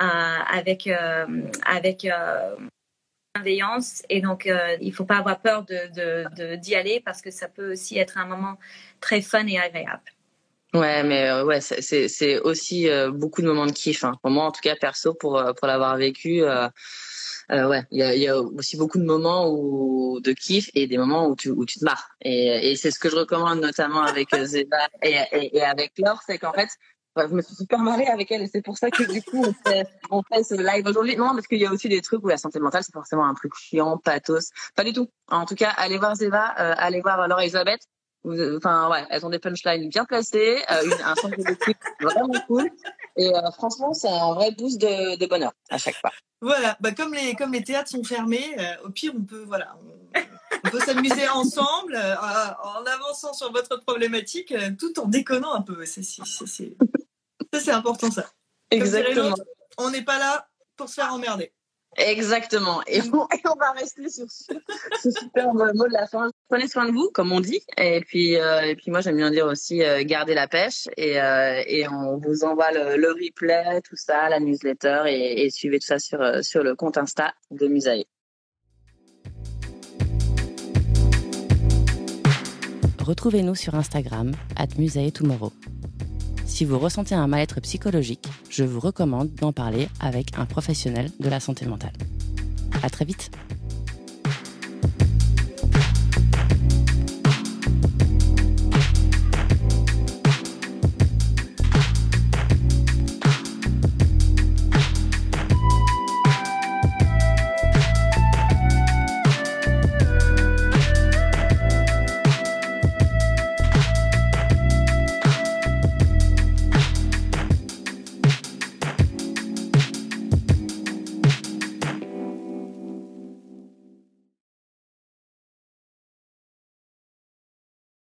Speaker 4: avec, euh, avec, euh, bienveillance et donc euh, il faut pas avoir peur de, de, de d'y aller parce que ça peut aussi être un moment très fun et agréable.
Speaker 2: Ouais, mais euh, ouais, c'est, c'est c'est aussi euh, beaucoup de moments de kiff. Hein. Pour moi, en tout cas, perso, pour pour l'avoir vécu, euh, euh, ouais, il y a il y a aussi beaucoup de moments où de kiff et des moments où tu où tu te marres. Et et c'est ce que je recommande notamment avec Zeva et, et et avec Laure, c'est qu'en fait je me suis super marrée avec elle et c'est pour ça que du coup on fait, on fait ce live aujourd'hui. Non, parce qu'il y a aussi des trucs où la santé mentale c'est forcément un truc chiant, pathos. Pas du tout. En tout cas, allez voir Zeva, euh, allez voir Laure et Elisabeth. Enfin ouais, elles ont des punchlines bien placées, euh, une, un centre d'équipe vraiment cool. Et euh, franchement, c'est un vrai boost de, de bonheur à chaque fois.
Speaker 3: Voilà, bah comme les comme les théâtres sont fermés, euh, au pire on peut voilà. On... On peut s'amuser ensemble euh, en avançant sur votre problématique euh, tout en déconnant un peu. C'est, c'est, c'est, c'est... Ça, c'est important, ça.
Speaker 2: Exactement.
Speaker 3: On n'est pas là pour se faire emmerder.
Speaker 2: Exactement. Et on, et on va rester sur ce, ce super mot de la fin. Prenez soin de vous, comme on dit. Et puis, euh, et puis moi, j'aime bien dire aussi, euh, gardez la pêche. Et, euh, et on vous envoie le, le replay, tout ça, la newsletter. Et, et suivez tout ça sur, sur le compte Insta de Musae.
Speaker 1: Retrouvez-nous sur Instagram, arobase musae tomorrow. Si vous ressentez un mal-être psychologique, je vous recommande d'en parler avec un professionnel de la santé mentale. À très vite!